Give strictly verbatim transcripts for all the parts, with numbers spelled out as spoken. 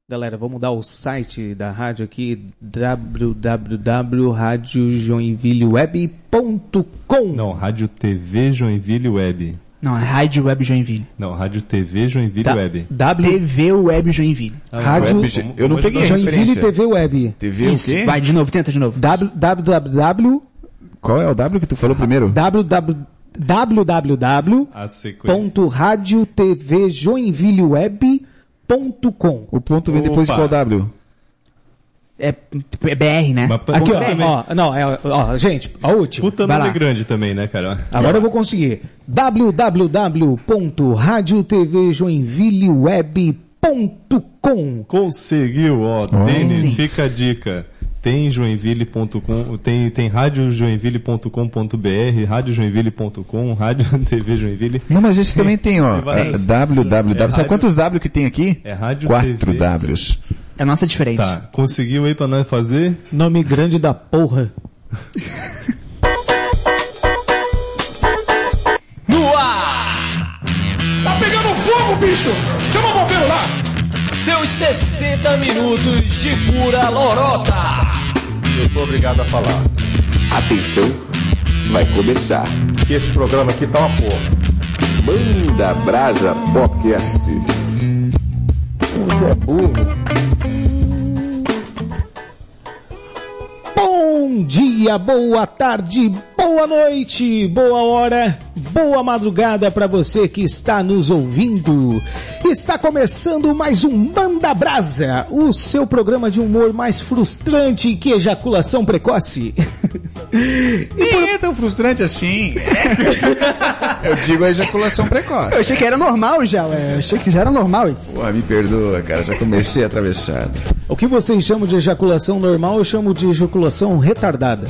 Galera, vou mudar o site da rádio aqui, w w w ponto rádio joinville web ponto com. Não, Rádio T V Joinville Web. Não, é Rádio Web Joinville. Não, Rádio T V Joinville Da- Web. W... T V Web Joinville. Ah, Rádio web, Vamos- eu não vamos peguei ajudar. Joinville referência. T V Web. T V o Isso, quê? vai de novo, tenta de novo. W w w Qual é o W que tu falou primeiro? w w w A sequência. ponto rádio t v joinville web ponto com. O ponto vem depois de Opa. qual W? É, é B R, né? Mas pra- Aqui, Bom, ó, também. ó, não, é, ó, gente, a última. Puta Vai nome lá. grande também, né, cara? Agora eu vou conseguir. w w w ponto rádio t v joinville web ponto com. Conseguiu, ó. Oh. Denis, Sim. fica a dica. Tem joinville ponto com, tem, tem rádio joinville ponto com ponto b r, rádio joinville ponto com, rádio T V Joinville. Não, mas esse também tem, ó. Tem várias- É w w w. É Sabe rádio- quantos W que tem aqui? É rádio Quatro T V. Ws. A nossa é diferente. Tá, conseguiu aí pra nós fazer? Nome grande da porra. No ar! Tá pegando fogo, bicho! Chama o bombeiro lá! Seus sessenta minutos de pura lorota! Eu sou obrigado a falar Atenção, vai começar. que esse programa aqui tá uma porra. Manda Brasa Podcast. Você é burro. Bom dia, boa tarde, boa noite, boa hora, boa madrugada para você que está nos ouvindo. Está começando mais um Manda Brasa, o seu programa de humor mais frustrante que ejaculação precoce. E por- Nem é tão frustrante assim. Eu digo a ejaculação precoce. Eu achei que era normal já, ué. Eu achei que já era normal isso. Pô, me perdoa, cara. Já comecei atravessado. O que vocês chamam de ejaculação normal, eu chamo de ejaculação retardada.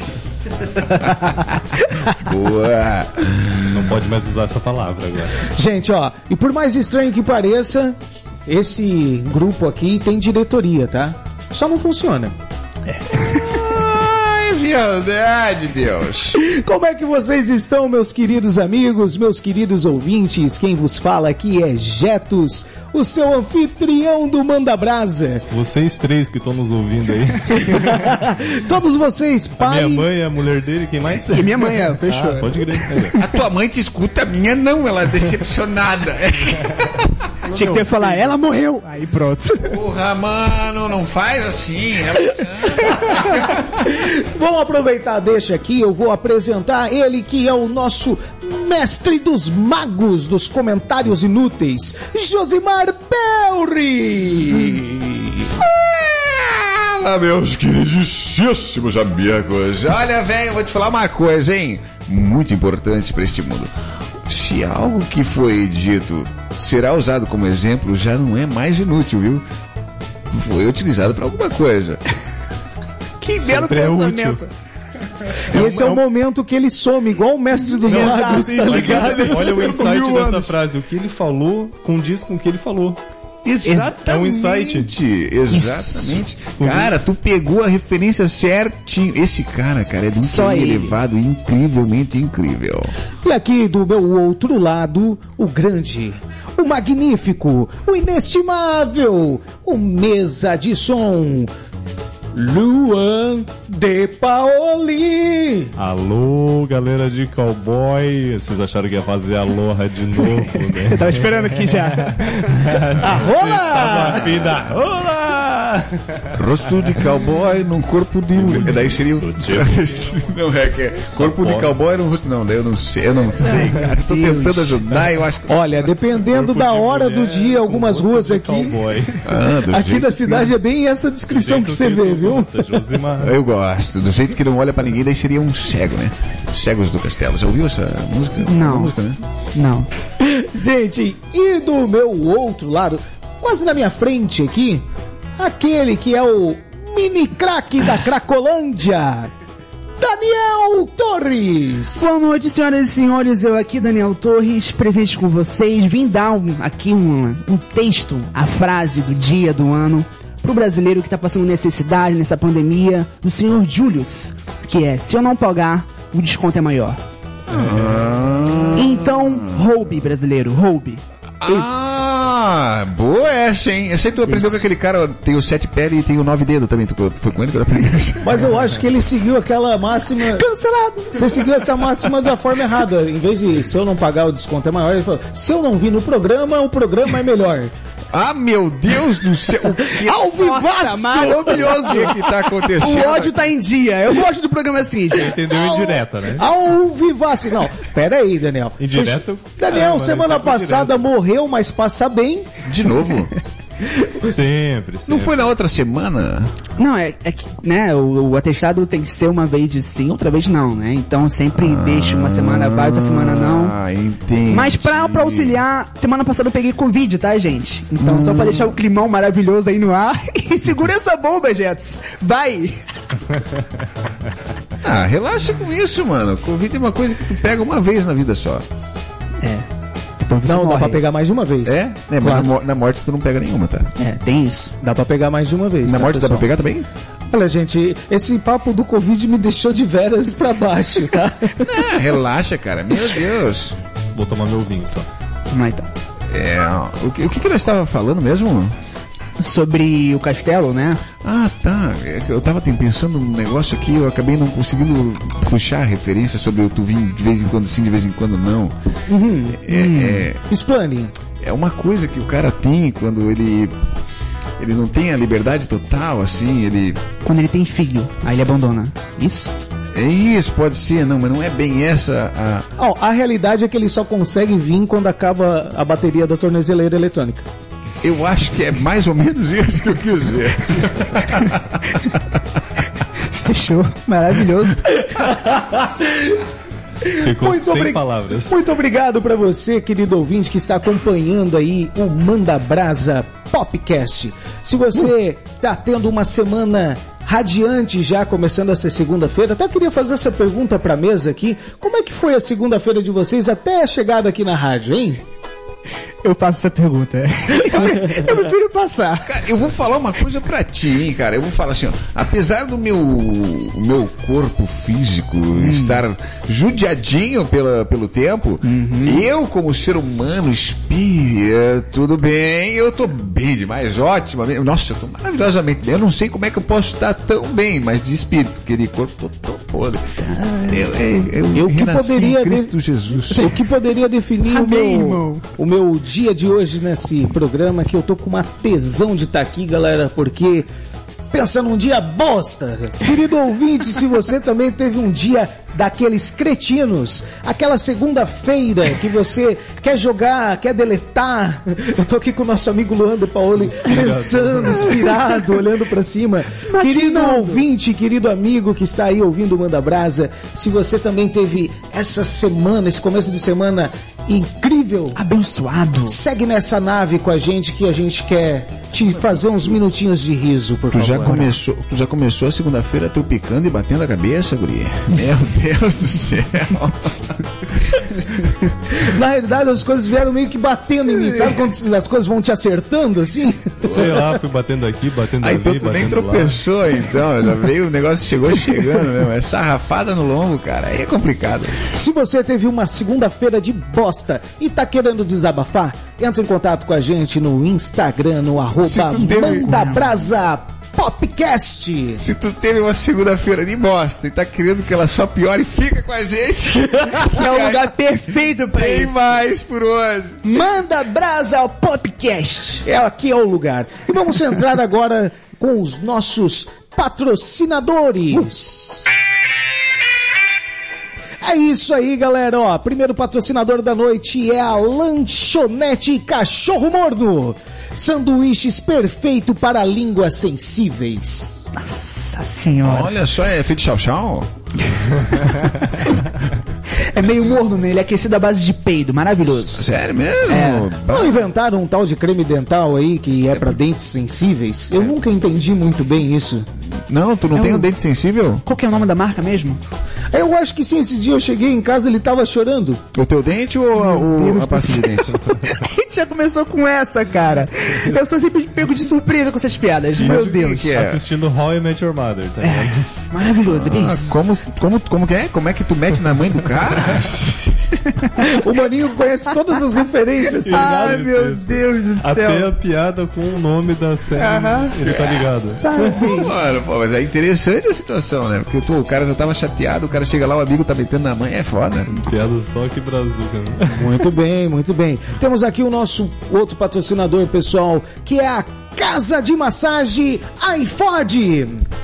Boa. Não pode mais usar essa palavra agora. Gente, ó, e por mais estranho que pareça, esse grupo aqui tem diretoria, tá? Só não funciona. Ai, verdade, Deus. Como é que vocês estão, meus queridos amigos, meus queridos ouvintes? Quem vos fala aqui é Jetos, o seu anfitrião do Manda Brasa. Vocês três que estão nos ouvindo aí. Todos vocês, A pai... minha mãe, a mulher dele, quem mais? E minha mãe, é, fechou. Ah, pode crer. A tua mãe te escuta, a minha não. Ela é decepcionada. Tinha que ter que falar, ela morreu. Aí pronto. Porra, mano, não faz assim. Ela... Vamos aproveitar, deixa aqui, eu vou apresentar ele que é o nosso mestre dos magos dos comentários inúteis, Josimar Belri. Fala, meus queridíssimos amigos. Olha, velho, eu vou te falar uma coisa, hein? Muito importante para este mundo. Se algo que foi dito será usado como exemplo, já não é mais inútil, viu? Foi utilizado para alguma coisa. Que belo Sempre é pensamento. E esse é o momento que ele some, igual o mestre dos Não, magos, tá olha, ligado? olha o insight Mil dessa anos. frase. O que ele falou condiz com o que ele falou. Exatamente. É um insight. Exatamente. Cara, tu pegou a referência certinho. Esse cara, cara, é de um Só Q I ele. elevado incrivelmente incrível. E aqui do meu outro lado, o grande, o magnífico, o inestimável, o mesa de som, Luan de Paoli. Alô, galera de cowboy. Vocês acharam que ia fazer aloha de novo, né? Tava esperando aqui já. Arrola! Tava afim da rola! Rosto de cowboy num corpo de... Daí seria o... Não, é que é corpo de pode. cowboy num rosto... Não, daí eu não sei, eu não sei, cara. Tô tentando ajudar, eu acho que... Olha, dependendo Corpo da de hora mulher do dia, algumas com ruas gosto de aqui, cowboy. Ah, do aqui jeito da cidade é bem essa descrição que você vê, viu? Gosta, Josimar. Eu gosto. Do jeito que não olha pra ninguém, daí seria um cego, né? Cegos do Castelo. Já ouviu essa música? Não. Uma música, né? Não. Gente, e do meu outro lado, quase na minha frente aqui, aquele que é o mini craque da Cracolândia, Daniel Torres. Boa noite, senhoras e senhores. Eu aqui, Daniel Torres, presente com vocês. Vim dar um, aqui um, um texto, a frase do dia, do ano, pro brasileiro que tá passando necessidade nessa pandemia, do senhor Julius, que é, se eu não pagar, o desconto é maior. Ah. Então, roube, brasileiro, roube. Ah, boa essa, hein? Eu sei que tu aprendeu Isso. com aquele cara, tem o sete pele e tem o nove dedo também. Tu foi com ele que eu aprendi isso. Mas eu acho que ele seguiu aquela máxima... Cancelado! Você seguiu essa máxima da forma errada. Em vez de, se eu não pagar o desconto é maior, ele falou, se eu não vir no programa, o programa é melhor. Ah, meu Deus do céu! Ao vivaço! Maravilhoso! O que que tá acontecendo? O ódio tá em dia. Eu gosto do programa assim, gente. Entendeu indireta, né? Ao vivaço! Não, pera aí, Daniel. Indireta? Você- Daniel, Ah, semana mas é passada morreu, mas passa bem. De novo? Sempre, sempre. Não foi na outra semana? Não, é, é que, né, o, o atestado tem que ser uma vez de sim, outra vez não, né? Então sempre deixa uma semana vai, outra semana não. Ah, entendi. Mas pra, pra auxiliar, semana passada eu peguei Covid, tá, gente? Então só pra deixar o climão maravilhoso aí no ar. E segura essa bomba, Jets. Vai! Ah, relaxa com isso, mano. Covid é uma coisa que tu pega uma vez na vida só. É. Depois você Não, morre. dá pra pegar mais de uma vez. É? É, mas Claro. na, mo- na morte tu não pega nenhuma, tá? É, tem isso. Dá pra pegar mais de uma vez. Na tá, morte dá pra pessoal? pegar também? Olha, gente, esse papo do Covid me deixou de veras pra baixo, tá? Ah, relaxa, cara. Meu Deus. Vou tomar meu vinho só. Vamos lá então. É, o que, o que que nós estava falando mesmo? Sobre o castelo, né? Ah, tá. É que eu tava tem- pensando num negócio aqui, eu acabei não conseguindo puxar a referência sobre o tu vir de vez em quando sim, de vez em quando não. Uhum. É, é, Explane. é uma coisa que o cara tem quando ele ele não tem a liberdade total, assim, ele... Quando ele tem filho, aí ele abandona. Isso? É isso, pode ser, não, mas não é bem essa a... Ó, a realidade é que ele só consegue vir quando acaba a bateria da tornozeleira eletrônica. Eu acho que é mais ou menos isso que eu quis dizer. Fechou. Maravilhoso. Ficou Muito sem obri- palavras. Muito obrigado pra você, querido ouvinte, que está acompanhando aí o Manda Brasa Popcast. Se você tá tendo uma semana radiante já, começando essa segunda-feira, até queria fazer essa pergunta pra mesa aqui. Como é que foi a segunda-feira de vocês até a chegada aqui na rádio, hein? Eu faço essa pergunta. Eu, eu prefiro passar. Cara, eu vou falar uma coisa pra ti, hein, cara. Eu vou falar assim, ó. Apesar do meu, o meu corpo físico estar judiadinho pela, pelo tempo, eu, como ser humano, espírito, tudo bem, eu tô bem demais, ótimamente. Nossa, eu tô maravilhosamente bem. Eu não sei como é que eu posso estar tão bem, mas de espírito, porque de corpo tô tão podre. Eu, eu, eu, Eu que renasci poderia em Cristo de- Jesus. O que poderia definir o Amém, meu, irmão. o meu dia de hoje nesse programa, que eu tô com uma tesão de estar aqui, galera, porque pensa num dia bosta. Querido ouvinte, se você também teve um dia daqueles cretinos, aquela segunda-feira que você quer jogar, quer deletar. Eu tô aqui com o nosso amigo Luando Paoli, pensando, inspirado, olhando pra cima. Querido ouvinte, querido amigo que está aí ouvindo o Manda Brasa, se você também teve essa semana, esse começo de semana incrível, Abençoado. segue nessa nave com a gente que a gente quer te fazer uns minutinhos de riso, por Tu favor. já começou, tu já começou a segunda-feira tu picando e batendo a cabeça, guri? Meu Deus do céu. Na realidade, as coisas vieram meio que batendo em mim, sabe quando as coisas vão te acertando assim? Sei lá, fui batendo aqui, batendo Aí ali, então tu nem batendo lá. tropeçou, então. Já veio, o negócio chegou chegando mesmo. É sarrafada no lombo, cara. Aí é complicado. Se você teve uma segunda-feira de bosta e tá querendo desabafar, entre em contato com a gente no Instagram, no arroba Se tu teve- Mandabrasa Popcast. Se tu teve uma segunda-feira de bosta e tá querendo que ela só piore, fica com a gente. É o lugar perfeito pra Tem isso. mais por hoje. Manda brasa ao podcast. É, aqui é o lugar. E vamos entrar agora com os nossos patrocinadores. É isso aí, galera. Ó, primeiro patrocinador da noite é a Lanchonete Cachorro Morno. Sanduíches perfeito para línguas sensíveis. Nossa senhora. Olha só, é feito chau-chau? É meio morno, né? Ele é aquecido à base de peido. Maravilhoso. Sério mesmo? É. Não inventaram um tal de creme dental aí que é para dentes sensíveis? Eu nunca entendi muito bem isso. Não, tu não É tem o- um dente sensível? Qual que é o nome da marca mesmo? Eu acho que sim, esse dia eu cheguei em casa, ele tava chorando. O teu dente ou a, o, a pasta de dente? A gente já começou com essa, cara. Eu sou sempre pego de surpresa com essas piadas. Meu o que Deus. que é? Assistindo How I Met Your Mother, tá ligado? É, maravilhoso, é bem Ah, isso. como, como, como que é? Como é que tu mete na mãe do cara? O Maninho conhece todas as referências. tá Ai, ligado? meu Isso. Deus do Até céu. a piada com o nome da série, Aham. ele tá ligado. Mano, pô, mas é interessante a situação, né? Porque tu, o cara já tava chateado, o cara chega lá, o amigo tá metendo na mãe, é foda. Piada só que brazuca, né? Muito bem, muito bem. Temos aqui o nosso outro patrocinador, pessoal, que é a Casa de Massagem iFod.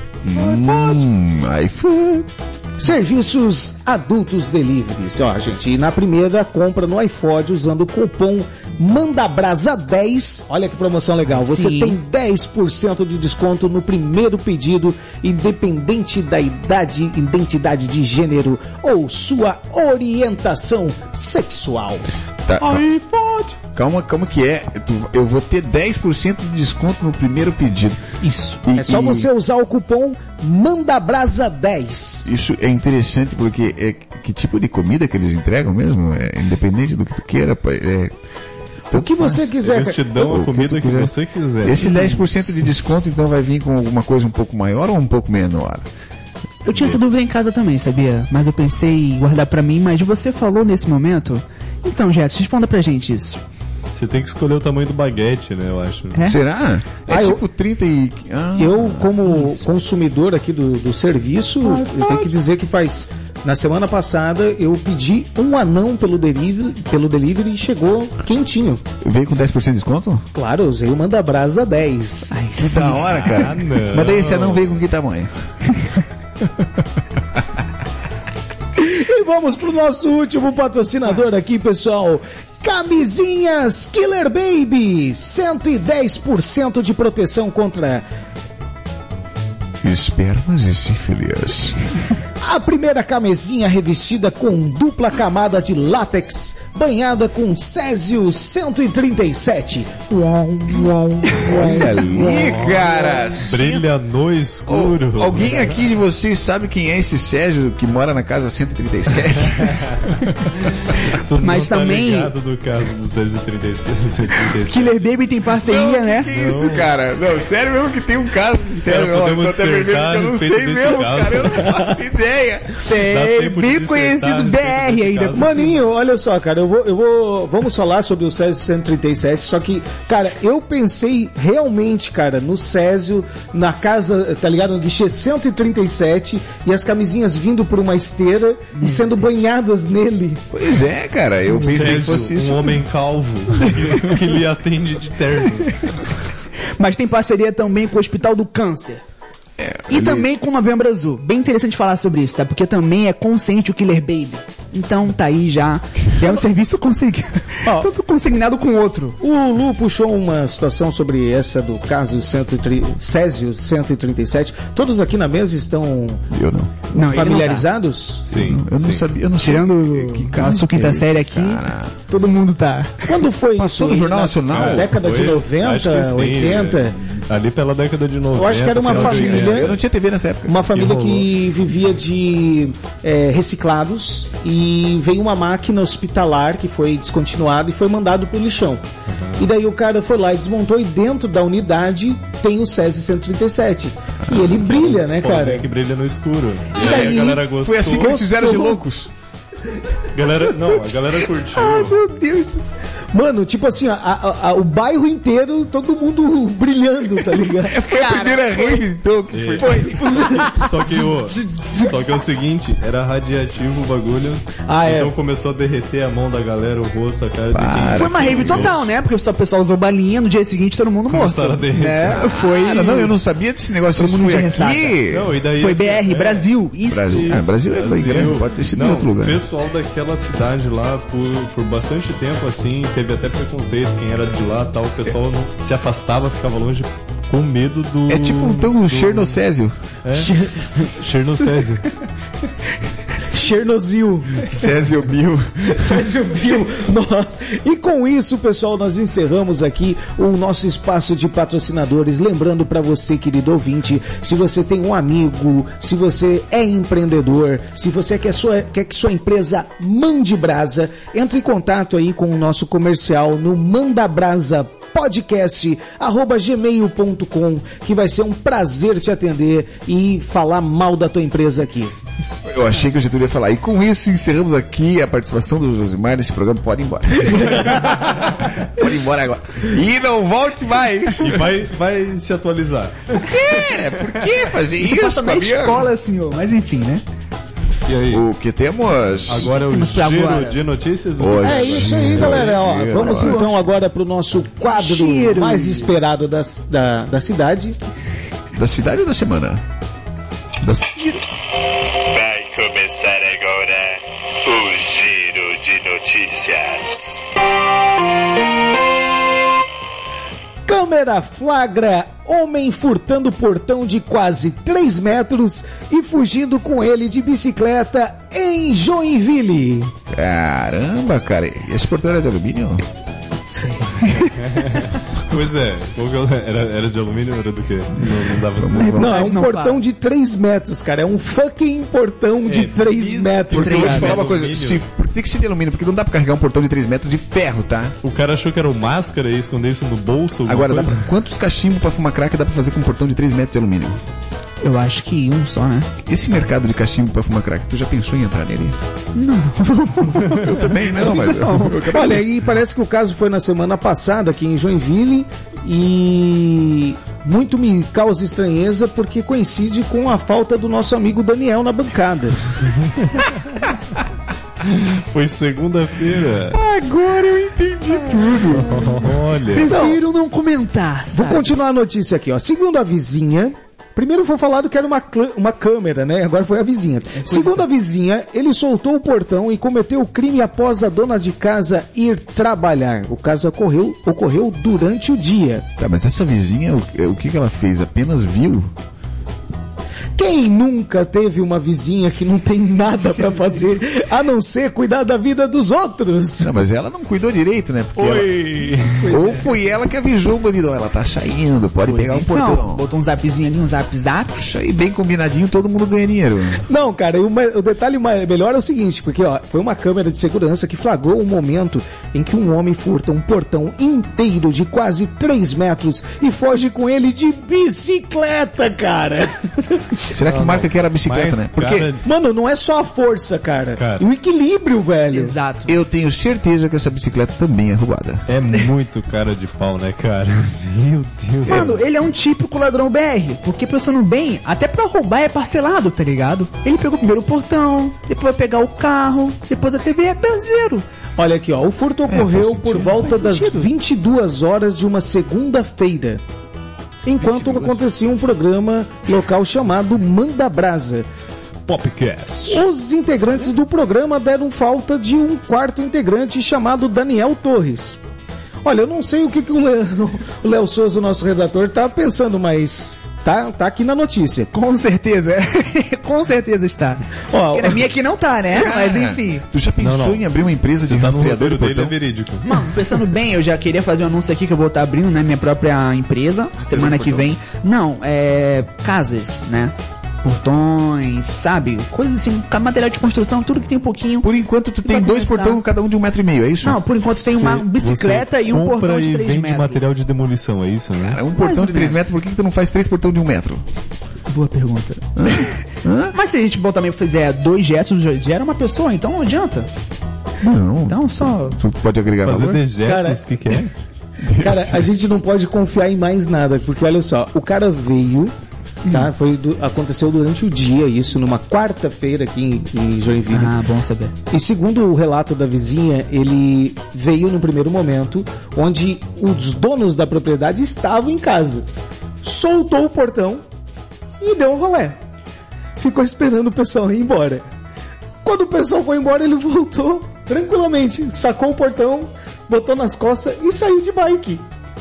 Hum, iFood. Serviços Adultos Deliveries. Ó, gente, e na primeira compra no iFod usando o cupom MANDABRASA dez, olha que promoção legal, você Sim. tem dez por cento de desconto no primeiro pedido, independente da idade, identidade de gênero ou sua orientação sexual. Tá, calma, calma que é. Tu- eu vou ter dez por cento de desconto no primeiro pedido. Isso. E- É só e você usar o cupom MANDABRASA dez. Isso é interessante porque é que tipo de comida que eles entregam mesmo? É independente do que tu queira. pá, É, O que você quiser. Eles te dão O a que comida tu que quiser. você quiser. Esse dez por cento de desconto então vai vir com alguma coisa um pouco maior ou um pouco menor? Eu tinha essa dúvida em casa também, sabia? Mas eu pensei em guardar pra mim, mas você falou nesse momento. Então, Jefferson, responda pra gente isso. Você tem que escolher o tamanho do baguete, né, eu acho. É? Será? É Ah, eu- tipo trinta e... Ah, Eu, como consumidor aqui do, do serviço, eu tenho que dizer que faz... Na semana passada, eu pedi um anão pelo delivery, pelo delivery e chegou quentinho. Veio com dez por cento de desconto? Claro, eu usei o Mandabrasa dez. Ai, Que da hora, cara. Ah, não. Mas daí esse anão veio com que tamanho? E vamos pro nosso último patrocinador aqui, pessoal. Camisinhas Killer Baby. cento e dez por cento de proteção contra Espermas e sífilis. a primeira camisinha revestida com dupla camada de látex, banhada com Césio cento e trinta e sete. Uau, uau, Olha ali, cara. Brilha no escuro. Ô, alguém aqui de vocês sabe quem é esse Sérgio que mora na casa cento e trinta e sete? Tu Mas não também- Tá ligado do caso do cento e trinta e sete, cento e trinta e sete. Killer Baby tem parceria, né? Que isso, cara? Não, sério mesmo que tem um caso de sério. Cara, Ó, podemos tô até vermelho dissertar que eu a não respeito sei desse mesmo, caso. cara. Eu não faço ideia. Dá Tem, tempo de bem dissertar conhecido a respeito B R desse ainda. caso. Maninho, olha só, cara, eu vou, eu vou, vamos falar sobre o Césio cento e trinta e sete, só que, cara, eu pensei realmente, cara, no Césio, na casa, tá ligado, no guichê cento e trinta e sete, e as camisinhas vindo por uma esteira e sendo banhadas nele. Pois é, cara. Eu pensei que Sérgio, fosse isso. um homem calvo que lhe atende de terno. Mas tem parceria também com o Hospital do Câncer. É, E ele- também com o Novembro Azul. Bem interessante falar sobre isso, tá? Porque também é consciente o Killer Baby. Então tá aí já. Já é um serviço consignado. Ó. Tanto consignado com outro. O Lu puxou uma situação sobre essa do caso cento e trinta, Césio cento e trinta e sete. Todos aqui na mesa estão Eu não. Não, ele familiarizados? Sim. Eu não sim. sabia. Eu não sei Tirando que a caso sua que quinta é série esse, aqui, cara. todo mundo tá. Quando foi Passou isso? no Jornal Na- Nacional? Na década de Foi? noventa, Acho que sim, oitenta. é. Ali pela década de noventa. Eu acho que era uma final de família- oitenta. Eu não tinha T V nessa época. Uma família rolou. que vivia de é, reciclados e veio uma máquina hospitalar que foi descontinuada e foi mandado pro lixão. E daí o cara foi lá e desmontou e dentro da unidade tem o Césio cento e trinta e sete. E ele brilha, né, Pauzinho cara? que brilha no escuro. E, E aí daí, a galera gostou. Foi assim que eles fizeram de Gostou. loucos. Galera, não, a galera curtiu. Meu Deus do céu. Mano, tipo assim, a- a- a- o bairro inteiro, todo mundo brilhando, tá ligado? Foi a primeira rave, então, que foi. É. Só que o, só que é o seguinte, era radiativo o bagulho. Ah, é. Então começou a derreter a mão da galera, o rosto, a cara de Para. quem. Foi uma rave total, né? Porque só o pessoal usou balinha, no dia seguinte todo mundo morto. Começaram a derreter. Né? Foi. Cara, não, eu não sabia desse negócio. Todo Isso mundo foi de aqui. Não, e daí, Foi assim, B R, é, Brasil. Isso. Brasil. Ah, Brasil é bem grande, pode ter sido Não, em outro lugar. O pessoal daquela cidade lá, por, por bastante tempo, assim, teve até preconceito, quem era de lá tal, o pessoal não, se afastava, ficava longe com medo do... É tipo então o do- Chernocésio. É, Chernocésio. Chernobyl. Césio Bill. Césio Bill. Nossa. E com isso, pessoal, nós encerramos aqui o nosso espaço de patrocinadores. Lembrando para você, querido ouvinte, se você tem um amigo, se você é empreendedor, se você quer, sua, quer que sua empresa mande brasa, entre em contato aí com o nosso comercial no mandabrasa podcast arroba gmail ponto com, que vai ser um prazer te atender e falar mal da tua empresa aqui. Eu achei que o Getúlio ia falar. E com isso encerramos aqui a participação do Josimar nesse programa. Pode ir embora. Pode ir embora agora. E não volte mais. E vai, vai se atualizar. Por quê? Por que fazer Isso isso, passa na Fabiano? escola, senhor. Mas enfim, né? E aí? O que temos? Agora é o Temos pra giro agora. de notícias. Hoje. É isso aí, galera. Ó, Giro. vamos então agora pro nosso quadro Giro. mais esperado das, da, da cidade. Da cidade ou da semana? Da... Vai começar agora o Giro de Notícias. Câmera flagra homem furtando portão de quase três metros e fugindo com ele de bicicleta em Joinville. Caramba, cara. E esse portão era de alumínio? Pois é, qual que era, era de alumínio ou era do quê? Não, não dava pra dizer. Não, é um não portão para. de três metros, cara. É um fucking portão de É, três bis- metros. Porque eu vou te cara. falar uma coisa. Alumínio. Se, porque tem que ser de alumínio, porque não dá pra carregar um portão de três metros de ferro, tá? O cara achou que era o máscara e esconder isso no bolso. alguma Agora, dá coisa? pra, quantos cachimbos pra fumar crack dá pra fazer com um portão de três metros de alumínio? Eu acho que um só, né? Esse mercado de cachimbo pra fumar crack, tu já pensou em entrar nele? Não. Eu também não, mas... Eu, eu acabei- Olha, e parece que o caso foi na semana passada aqui em Joinville e muito me causa estranheza porque coincide com a falta do nosso amigo Daniel na bancada. Foi segunda-feira. Agora eu entendi tudo. Olha. Prefiro não comentar. Vou sabe? continuar a notícia aqui, ó. Segundo a vizinha, primeiro foi falado que era uma, clã- uma câmera, né? Agora foi a vizinha. Segundo a vizinha, ele soltou o portão e cometeu o crime após a dona de casa ir trabalhar. O caso ocorreu, ocorreu durante o dia. Tá, mas essa vizinha, o, o que que ela fez? Apenas viu? Quem nunca teve uma vizinha que não tem nada pra fazer a não ser cuidar da vida dos outros? Não, mas ela não cuidou direito, né? Porque Oi. ela- ou foi ela que avisou o bandido, ó, ela tá saindo, pode pegar um Não, portão. botou um zapzinho ali, um zap zap. Isso aí bem combinadinho, todo mundo ganha dinheiro. Não, cara, o, ma- o detalhe ma- melhor é o seguinte, porque ó, foi uma câmera de segurança que flagrou um momento em que um homem furta um portão inteiro de quase três metros e foge com ele de bicicleta, cara. Será que marca que era a bicicleta, Mas, né? Porque cara, Mano, não é só a força, cara. Cara. E o equilíbrio, velho. Exato. eu tenho certeza que essa bicicleta também é roubada. é muito cara de pau, né, cara? Meu Deus. Mano, ele é um típico ladrão B R, porque pensando bem, até pra roubar é parcelado, tá ligado? Ele pegou primeiro o portão, depois vai pegar o carro, depois a T V é brasileiro. Olha aqui, ó, o furto faz ocorreu sentido, por volta faz das sentido. vinte e duas horas de uma segunda-feira. Enquanto acontecia um programa local chamado Manda Brasa. Popcast. Os integrantes do programa deram falta de um quarto integrante chamado Daniel Torres. Olha, eu não sei o que, que o Léo o Léo Souza, o nosso redator, tá pensando, mas tá, tá aqui na notícia. Com certeza, com certeza está. Ó, Porque na minha aqui não tá, né? Mas Cara, enfim. Tu já pensou Não, não. em abrir uma empresa de Você tá no rastreador roteiro de dele, é portão? verídico. Mano, pensando bem, eu já queria fazer um anúncio aqui que eu vou estar abrindo, né, minha própria empresa, semana que vem. Não, é... casas, né? Portões, sabe? Coisas assim, com material de construção, tudo que tem um pouquinho. Por enquanto tu tem Pra dois começar. portões, cada um de um metro e meio, é isso? Não, por enquanto tem uma Você- bicicleta você e um compra portão de e três vende metros. material de demolição, é isso, né? Cara, um Mais portão ou de três menos. metros, por que, que tu não faz três portões de um metro? Boa pergunta. Hã? Mas se a gente botar também fizer dois jetons, já gera uma pessoa, então não adianta. Não. Então só... Tu pode agregar Fazer valor? dejetos, Cara, o que que é? cara, a gente não pode confiar em mais nada, porque olha só, o cara veio, tá? Foi do- aconteceu durante o dia isso, numa quarta-feira aqui em, em Joinville. Ah, bom saber. E segundo o relato da vizinha, ele veio no primeiro momento, onde os donos da propriedade estavam em casa. Soltou o portão e deu um rolé. Ficou esperando o pessoal ir embora. Quando o pessoal foi embora, ele voltou tranquilamente, sacou o portão, botou nas costas e saiu de bike.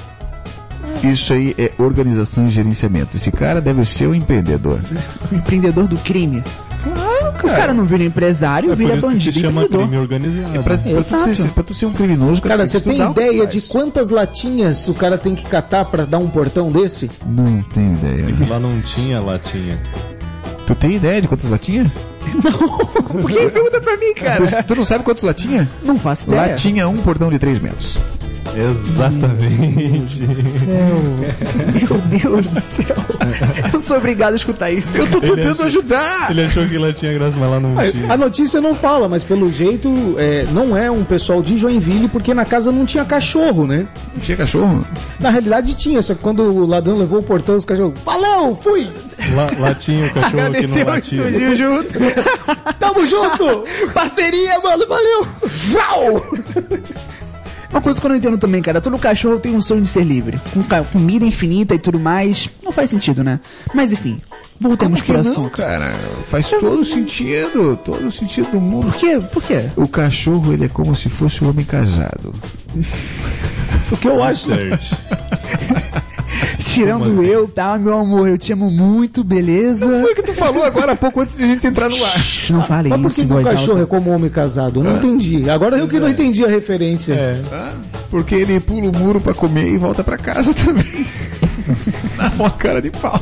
Isso aí é organização e gerenciamento. Esse cara deve ser um empreendedor. O empreendedor do crime. Claro, O cara não vira empresário, É por vira isso que bandido se e chama empreendedor. crime organizado. É pra, pra, tu ser, pra tu ser um criminoso, cara, Cara, tem você que tem estudar o que ideia faz. de quantas latinhas o cara tem que catar pra dar um portão desse? Não tenho ideia. É que lá não tinha latinha. Tu tem ideia de quantas latinhas? Por que pergunta pra mim, cara? Tu, tu não sabe quantas latinhas? Não faço ideia. Lá tinha um portão de três metros. Exatamente. Meu Deus do céu. Eu sou obrigado a escutar isso. Eu tô Ele tentando achou- ajudar! Ele achou que lá tinha graça, mas lá não tinha. A notícia não fala, mas pelo jeito é, não é um pessoal de Joinville, porque na casa não tinha cachorro, né? Não tinha cachorro? Na realidade tinha, só que quando o ladrão levou o portão, os cachorros, valeu, fui! Lá, lá tinha o cachorro que Agradeceu não e latia. surgiu junto. Tamo junto! Parceria, mano, valeu! Vau! Uma coisa que eu não entendo também, cara, todo cachorro tem um sonho de ser livre. Com ca- comida infinita e tudo mais, não faz sentido, né? Mas enfim, voltemos Como pro que não, assunto. cara? Faz todo sentido, todo sentido do mundo. Por quê? Por quê? O cachorro, ele é como se fosse um homem casado. O que eu acho? Certo. Tirando Como assim? eu, tá, meu amor, eu te amo muito, beleza? Foi o que tu falou agora há pouco antes de a gente entrar no ar. Não fale Mas por isso que, em que o voz cachorro alta. é como um homem casado? Eu não entendi. Agora eu que não entendi a referência. É. Ah, porque ele pula o muro pra comer e volta pra casa também. Na mó cara de pau.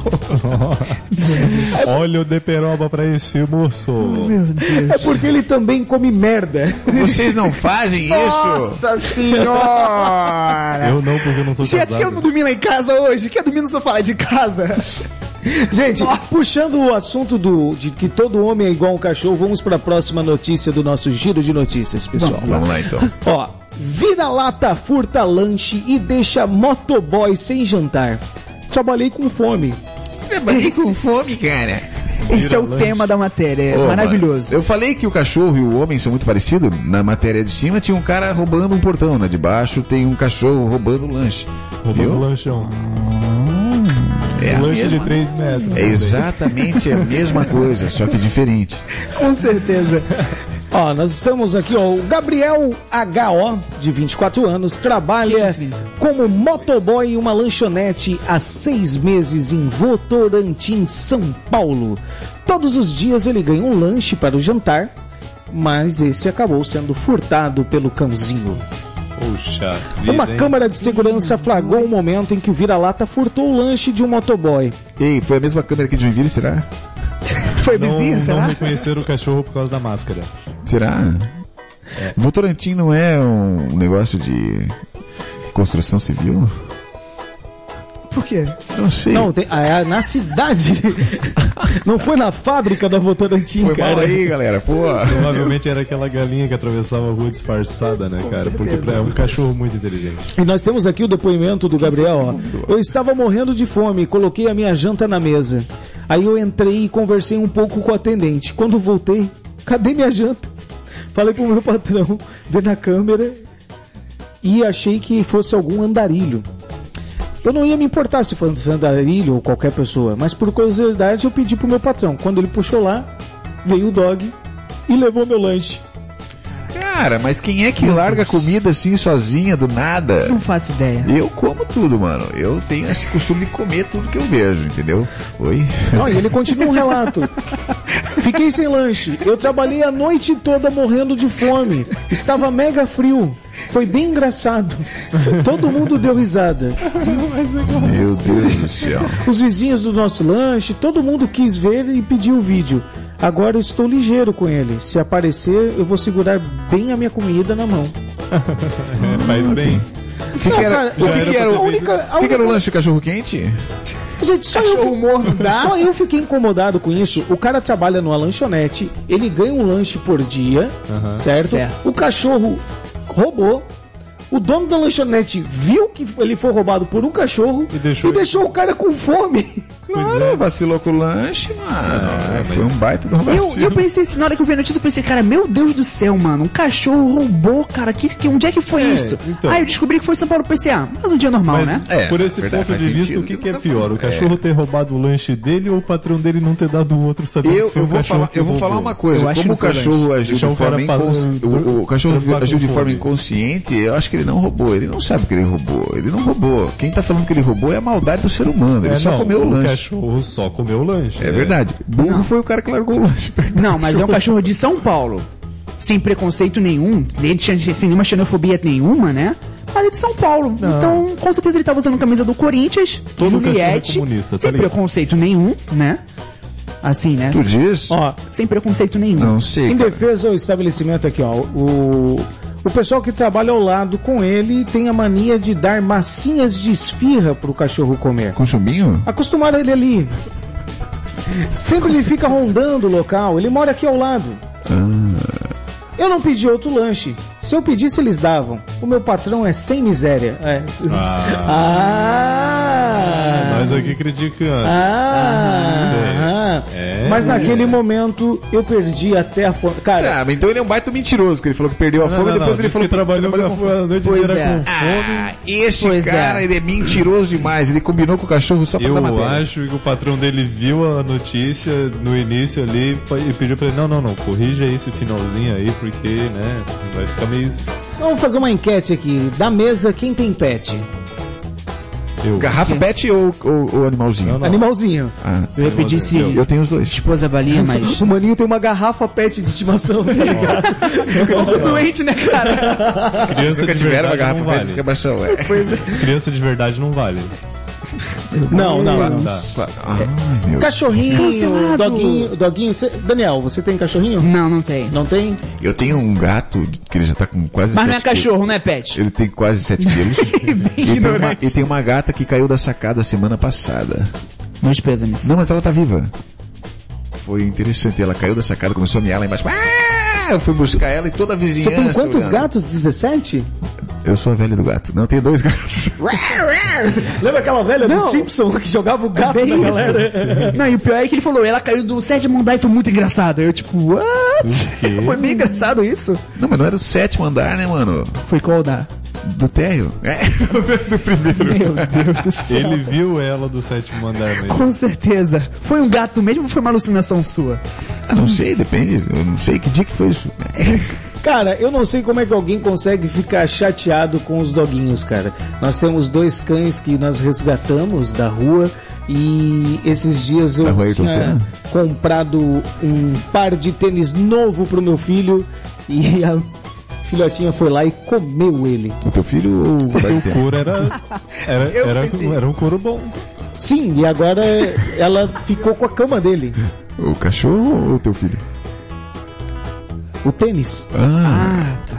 Olha o de peroba pra esse moço. Meu Deus. É porque ele também come merda. Vocês não fazem isso? Nossa senhora! Eu não, porque eu não sou Gente, casado. quer dormir lá em casa hoje? Quer dormir no sofá lá de casa? Gente, puxando o assunto do, de que todo homem é igual um cachorro, vamos para a próxima notícia do nosso giro de notícias, pessoal. Vamos lá então. Ó, vira-lata furta lanche e deixa motoboy sem jantar. Trabalhei com fome. Trabalhei com fome, cara. Esse é o lanche. tema da matéria, é Ô, maravilhoso. mano, eu falei que o cachorro e o homem são muito parecidos. Na matéria de cima tinha um cara roubando um portão, na de baixo tem um cachorro roubando lanche. Roubando Viu? o lanchão. É a Um lanche mesma- de três metros. É também. exatamente a mesma coisa, só que diferente. Com certeza. Ó, nós estamos aqui, ó, o Gabriel H O, de vinte e quatro anos, trabalha Sim. como motoboy em uma lanchonete há seis meses em Votorantim, São Paulo. Todos os dias ele ganha um lanche para o jantar, mas esse acabou sendo furtado pelo cãozinho. Puxa vida, Uma hein? câmera de segurança flagrou o momento em que o vira-lata furtou o lanche de um motoboy. Ei, foi a mesma câmera aqui de Joinville, será? Foi Não, vizinha, não será? reconheceram o cachorro por causa da máscara. Será? Votorantim não é um negócio de construção civil? Por quê? Não sei. Não, tem, ah, é na cidade. Não foi na fábrica da Votorantim, Foi cara. mal aí, galera. Pô. Provavelmente era aquela galinha que atravessava a rua disfarçada, né, cara? Porque é um cachorro muito inteligente. E nós temos aqui o depoimento do Gabriel, ó. Eu estava morrendo de fome, coloquei a minha janta na mesa. Aí eu entrei e conversei um pouco com o atendente. Quando voltei, cadê minha janta? Falei pro meu patrão, ver na câmera e achei que fosse algum andarilho. Eu não ia me importar se fosse andarilho ou qualquer pessoa, mas por curiosidade eu pedi pro meu patrão. Quando ele puxou lá, veio o dog e levou meu lanche. Cara, mas quem é que larga comida assim sozinha do nada? Não faço ideia. Eu como tudo, mano. Eu tenho esse costume de comer tudo que eu vejo, entendeu? Oi? Não, e ele continua um relato. Fiquei sem lanche. Eu trabalhei a noite toda morrendo de fome. Estava mega frio. Foi bem engraçado. Todo mundo deu risada. Meu Deus do céu. Os vizinhos do nosso lanche, todo mundo quis ver e pediu o vídeo. Agora eu estou ligeiro com ele. Se aparecer, eu vou segurar bem a minha comida na mão. É, faz bem. O que, que era, cara, o que, já que era era, pra o, ter A única, a o que que era o única- lanche cachorro quente? Gente, só eu, só eu fiquei incomodado com isso. O cara trabalha numa lanchonete, ele ganha um lanche por dia, Aham. certo? Certo. O cachorro roubou. O dono da lanchonete viu que ele foi roubado por um cachorro E deixou ele- o cara com fome. Claro, é. vacilou com o lanche, mano. Ah, Foi mas- um baita de um Eu, vacilo. eu pensei, assim, na hora que eu vi a notícia, eu pensei, cara, meu Deus do céu, mano, um cachorro roubou, cara, que, que, onde é que foi É, isso? então. Aí eu descobri que foi em São Paulo P C A, mas um dia normal, Mas, né? É, por esse verdade, ponto faz de vista, sentido o que, o que que é você tá pior? falando. O cachorro ter roubado o lanche dele ou o patrão dele não ter dado o outro sabendo Eu, que foi eu o vou cachorro falar, que eu vou roubou? falar uma coisa. Eu acho Como o que não foi cachorro lanche. agiu Deixar de o cara forma pa- inconsciente, tra- o, o cachorro trampar com agiu de forma fome. inconsciente, eu acho que ele não roubou. Ele não sabe que ele roubou. Ele não roubou. Quem tá falando que ele roubou é a maldade do ser humano. Ele É, só não, comeu o lanche cachorro só comeu o lanche. É né? verdade. Burro Não. foi o cara que largou o lanche. perto do Não, mas é um cachorro de São Paulo. Sem preconceito nenhum, nem tinha- sem nenhuma xenofobia nenhuma, né? Mas é de São Paulo. Não. Então, com certeza ele tava usando camisa do Corinthians, Todo Juliette, cachorro é comunista, tá sem ligado? preconceito nenhum, né? Assim, né? Tu diz? Ó, Sem preconceito nenhum. Não sei, em cara. defesa ao estabelecimento aqui, ó, o, o pessoal que trabalha ao lado com ele tem a mania de dar massinhas de esfirra pro cachorro comer. Com chumbinho? Acostumaram ele ali. Sempre ele fica rondando o local, ele mora aqui ao lado. Ah, Eu não pedi outro lanche. Se eu pedisse, eles davam. O meu patrão é sem miséria. É. Ah! Nós aqui criticando. Ah! Sei. É, Mas mas- naquele momento eu perdi até a fome. Cara, Ah, mas então ele é um baita mentiroso, que ele falou que perdeu a Não, fome não, e depois não, ele disse falou que trabalhou com a fome a noite Pois inteira é. com fome. Ah, este Pois cara, é. ele é mentiroso demais. Ele combinou com o cachorro só pra Eu dar matéria. acho que o patrão dele viu a notícia no início ali e pediu pra ele, não, não, não, corrija esse finalzinho aí, porque, né, vai ficar meio... vamos fazer uma enquete aqui. Da mesa, quem tem pet? Eu. Garrafa pet ou, ou, ou animalzinho? Não, não. Animalzinho. Ah, Eu ia pedir se Eu- eu tenho os dois. esposa valia, mas... O maninho tem uma garrafa pet de estimação, tá ligado? Ficou doente, né, cara? Criança Nunca de tiveram uma verdade garrafa não pet vale. de cabação, é. Criança de verdade não vale. Não, não, Não não. dá. Ai, meu. Cachorrinho, Cancelado. doguinho, doguinho. Você- Daniel, você tem cachorrinho? Não, não tem. Não tem? Eu tenho um gato que ele já tá com quase Mas não é sete quilos. cachorro, não é pet. Ele tem quase sete quilos. e, tem uma, ignorante. e tem uma gata que caiu da sacada semana passada. Meus pêsames. Não, mas ela tá viva. Foi interessante. Ela caiu da sacada, começou a miar lá embaixo. Ah, eu fui buscar ela e toda a Você vizinhança. tem quantos olhando. gatos? dezessete? Eu sou a velha do gato. Não, eu tenho dois gatos. Lembra aquela velha do Não. Simpson que jogava o gato Bem na isso. galera? Não, e o pior é que ele falou, ela caiu do sétimo andar e foi muito engraçado. Eu tipo, what? O quê? Foi bem engraçado isso. Não, mas não era o sétimo andar, né, mano? Foi qual andar? Do térreo. É, do primeiro. Meu Deus do céu. Ele viu ela do sétimo andar mesmo. Com certeza. Foi um gato mesmo ou foi uma alucinação sua? Ah, não sei, depende. Eu não sei que dia que foi isso. É. Cara, eu não sei como é que alguém consegue ficar chateado com os doguinhos, cara. Nós temos dois cães que nós resgatamos da rua e esses dias eu Da rua Ayrton tinha Senna? comprado um par de tênis novo pro meu filho e a filhotinha foi lá e comeu ele. O teu filho ou o O couro era, era, Eu era, pensei. era um couro bom. Sim, e agora ela ficou com a cama dele. O cachorro ou o teu filho? O tênis. Ah, Ah, tá.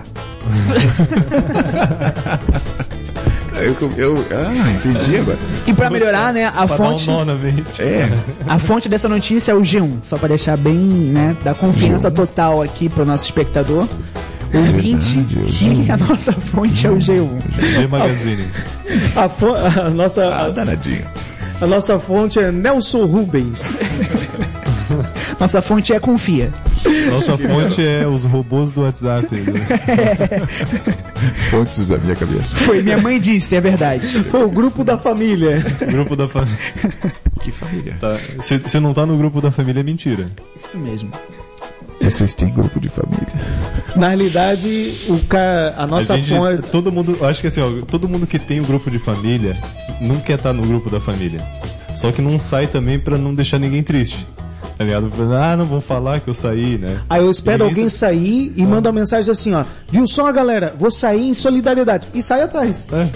eu, eu, ah, entendi agora. E pra melhorar, né, a Pra fonte, dar um nó na mente. É, a fonte dessa notícia é o G um, só pra deixar bem, né, dar confiança total aqui pro nosso espectador. Ouvinte, verdade, é o G um. que a nossa fonte é o G um. G Magazine. A, fo- a nossa, ah, a, danadinho. a nossa fonte é Nelson Rubens. Nossa fonte é Confia. Nossa fonte é os robôs do WhatsApp. Né? Fontes da minha cabeça. Foi, minha mãe disse, é verdade. Foi o grupo da família. Grupo da família. Que família. Você não tá no grupo da família, é mentira. Isso mesmo. Vocês têm grupo de família? Na realidade, o ca... a nossa a gente, fonte... todo mundo, eu acho que assim, ó, todo mundo que tem o grupo de família não quer estar no grupo da família. Só que não sai também pra não deixar ninguém triste. Tá ligado? Ah, não vão falar que eu saí, né? Aí eu espero Ninguém alguém sa- sair e manda uma mensagem assim, ó. Viu só, galera? Vou sair em solidariedade. E sai atrás. É.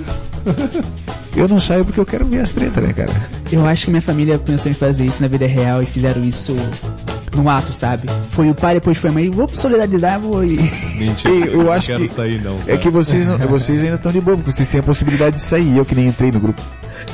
Eu não saio porque eu quero ver as tretas, né, cara? Eu acho que minha família pensou em fazer isso na vida real e fizeram isso no ato, sabe? Foi o pai, depois foi a mãe, vou solidarizar, vou e... Mentira, Eu- eu não acho quero que- sair não. É cara. que vocês, não, vocês ainda estão de boa, porque vocês têm a possibilidade de sair. Eu que nem entrei no grupo.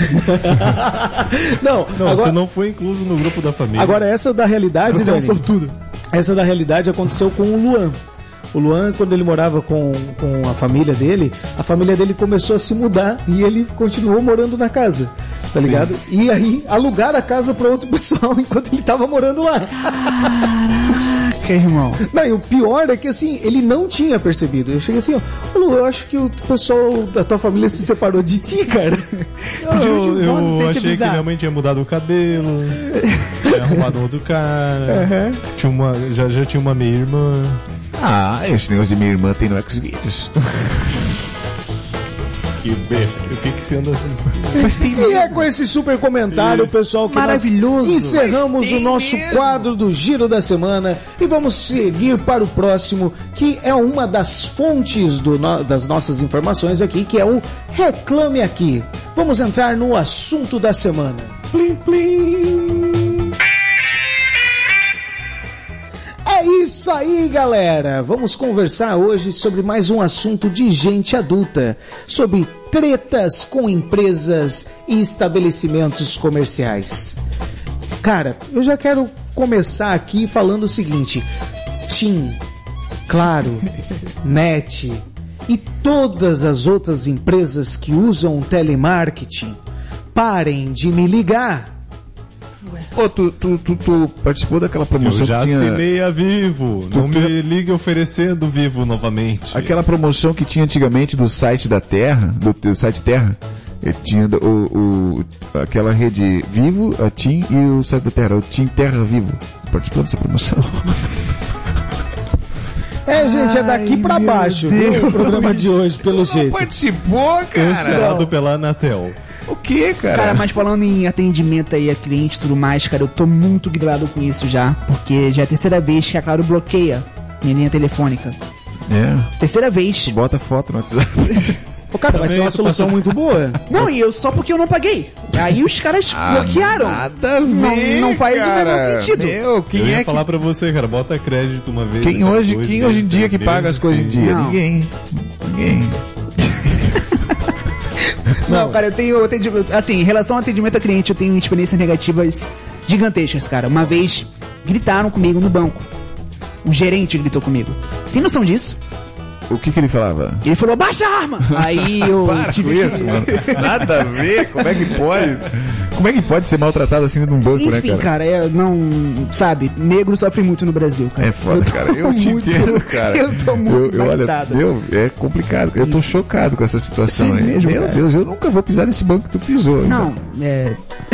Não, Não, agora, você não foi incluso no grupo da família. agora essa da realidade, Você é um Dani, sortudo. essa da realidade aconteceu com o Luan. O Luan, quando ele morava com, com a família dele, a família dele começou a se mudar e ele continuou morando na casa, tá ligado? E aí alugaram a casa para outro pessoal enquanto ele tava morando lá. Caraca, irmão. Não, e o pior é que assim, ele não tinha percebido. Eu cheguei assim, ó, "Ô, Lu, eu acho que o pessoal da tua família se separou de ti, cara." Eu, eu Nossa, você achei tinha que minha mãe tinha mudado o cabelo, tinha arrumado um outro cara, tinha uma, já, já tinha uma minha irmã. Ah, esse negócio de minha irmã tem no Xvideos. que besta. O que que você anda assim? Mas tem E é com esse super comentário, pessoal, que Maravilhoso. nós encerramos Mas o nosso tem mesmo. quadro do Giro da Semana e vamos seguir para o próximo, que é uma das fontes do no- das nossas informações aqui, que é o Reclame Aqui. Vamos entrar no assunto da semana. Plim, plim. É isso aí, galera! Vamos conversar hoje sobre mais um assunto de gente adulta, sobre tretas com empresas e estabelecimentos comerciais. Cara, eu já quero começar aqui falando o seguinte: TIM, Claro, Net e todas as outras empresas que usam telemarketing, parem de me ligar. Ô, tu, tu, tu, tu participou daquela Eu promoção já que tinha... assinei a Vivo. Não tu- me ligue oferecendo Vivo novamente. Aquela promoção que tinha antigamente do site da Terra, do, do site Terra, eh, tinha o, o, aquela rede Vivo, a TIM e o site da Terra, o TIM Terra Vivo. Participou dessa promoção? É, gente, é daqui Ai, pra meu baixo, viu, Deus. o programa de hoje, pelo jeito. Participou, Cancelado pela Anatel. O que, cara? Cara, mas falando em atendimento aí a cliente e tudo mais, cara, eu tô muito grilado com isso já, porque já é a terceira vez que a Claro bloqueia minha linha telefônica. É, Terceira vez. tu bota foto no WhatsApp. Ô, cara, vai ser uma solução muito boa. Não, e eu só porque eu não paguei. Aí os caras bloquearam. Nada a ver, Não- não faz o cara. menor sentido. Meu, quem Eu ia é que... falar pra você, cara, bota crédito uma vez. Quem a cada hoje, dois quem meses, hoje em dia três que paga as meses, coisas em tem- dia? Não. Ninguém. Ninguém. Não, cara, eu tenho, eu tenho, assim, em relação ao atendimento a cliente, eu tenho experiências negativas gigantescas, cara. Uma vez, gritaram comigo no banco. O gerente gritou comigo. Tem noção disso? O que que ele falava? Ele falou, baixa a arma! Aí eu Para tive com que... isso, mano. Nada a ver. Como é que pode? Como é que pode ser maltratado assim num banco, né, Enfim, cara? cara, é, não, sabe, negro sofre muito no Brasil, cara. É foda, tô cara. Eu te muito- entendo, cara. Eu tô muito eu, eu, olha, impactado. meu, é complicado. Eu tô chocado com essa situação Sim aí. mesmo, meu cara. Deus, eu nunca vou pisar nesse banco que tu pisou. Não, é...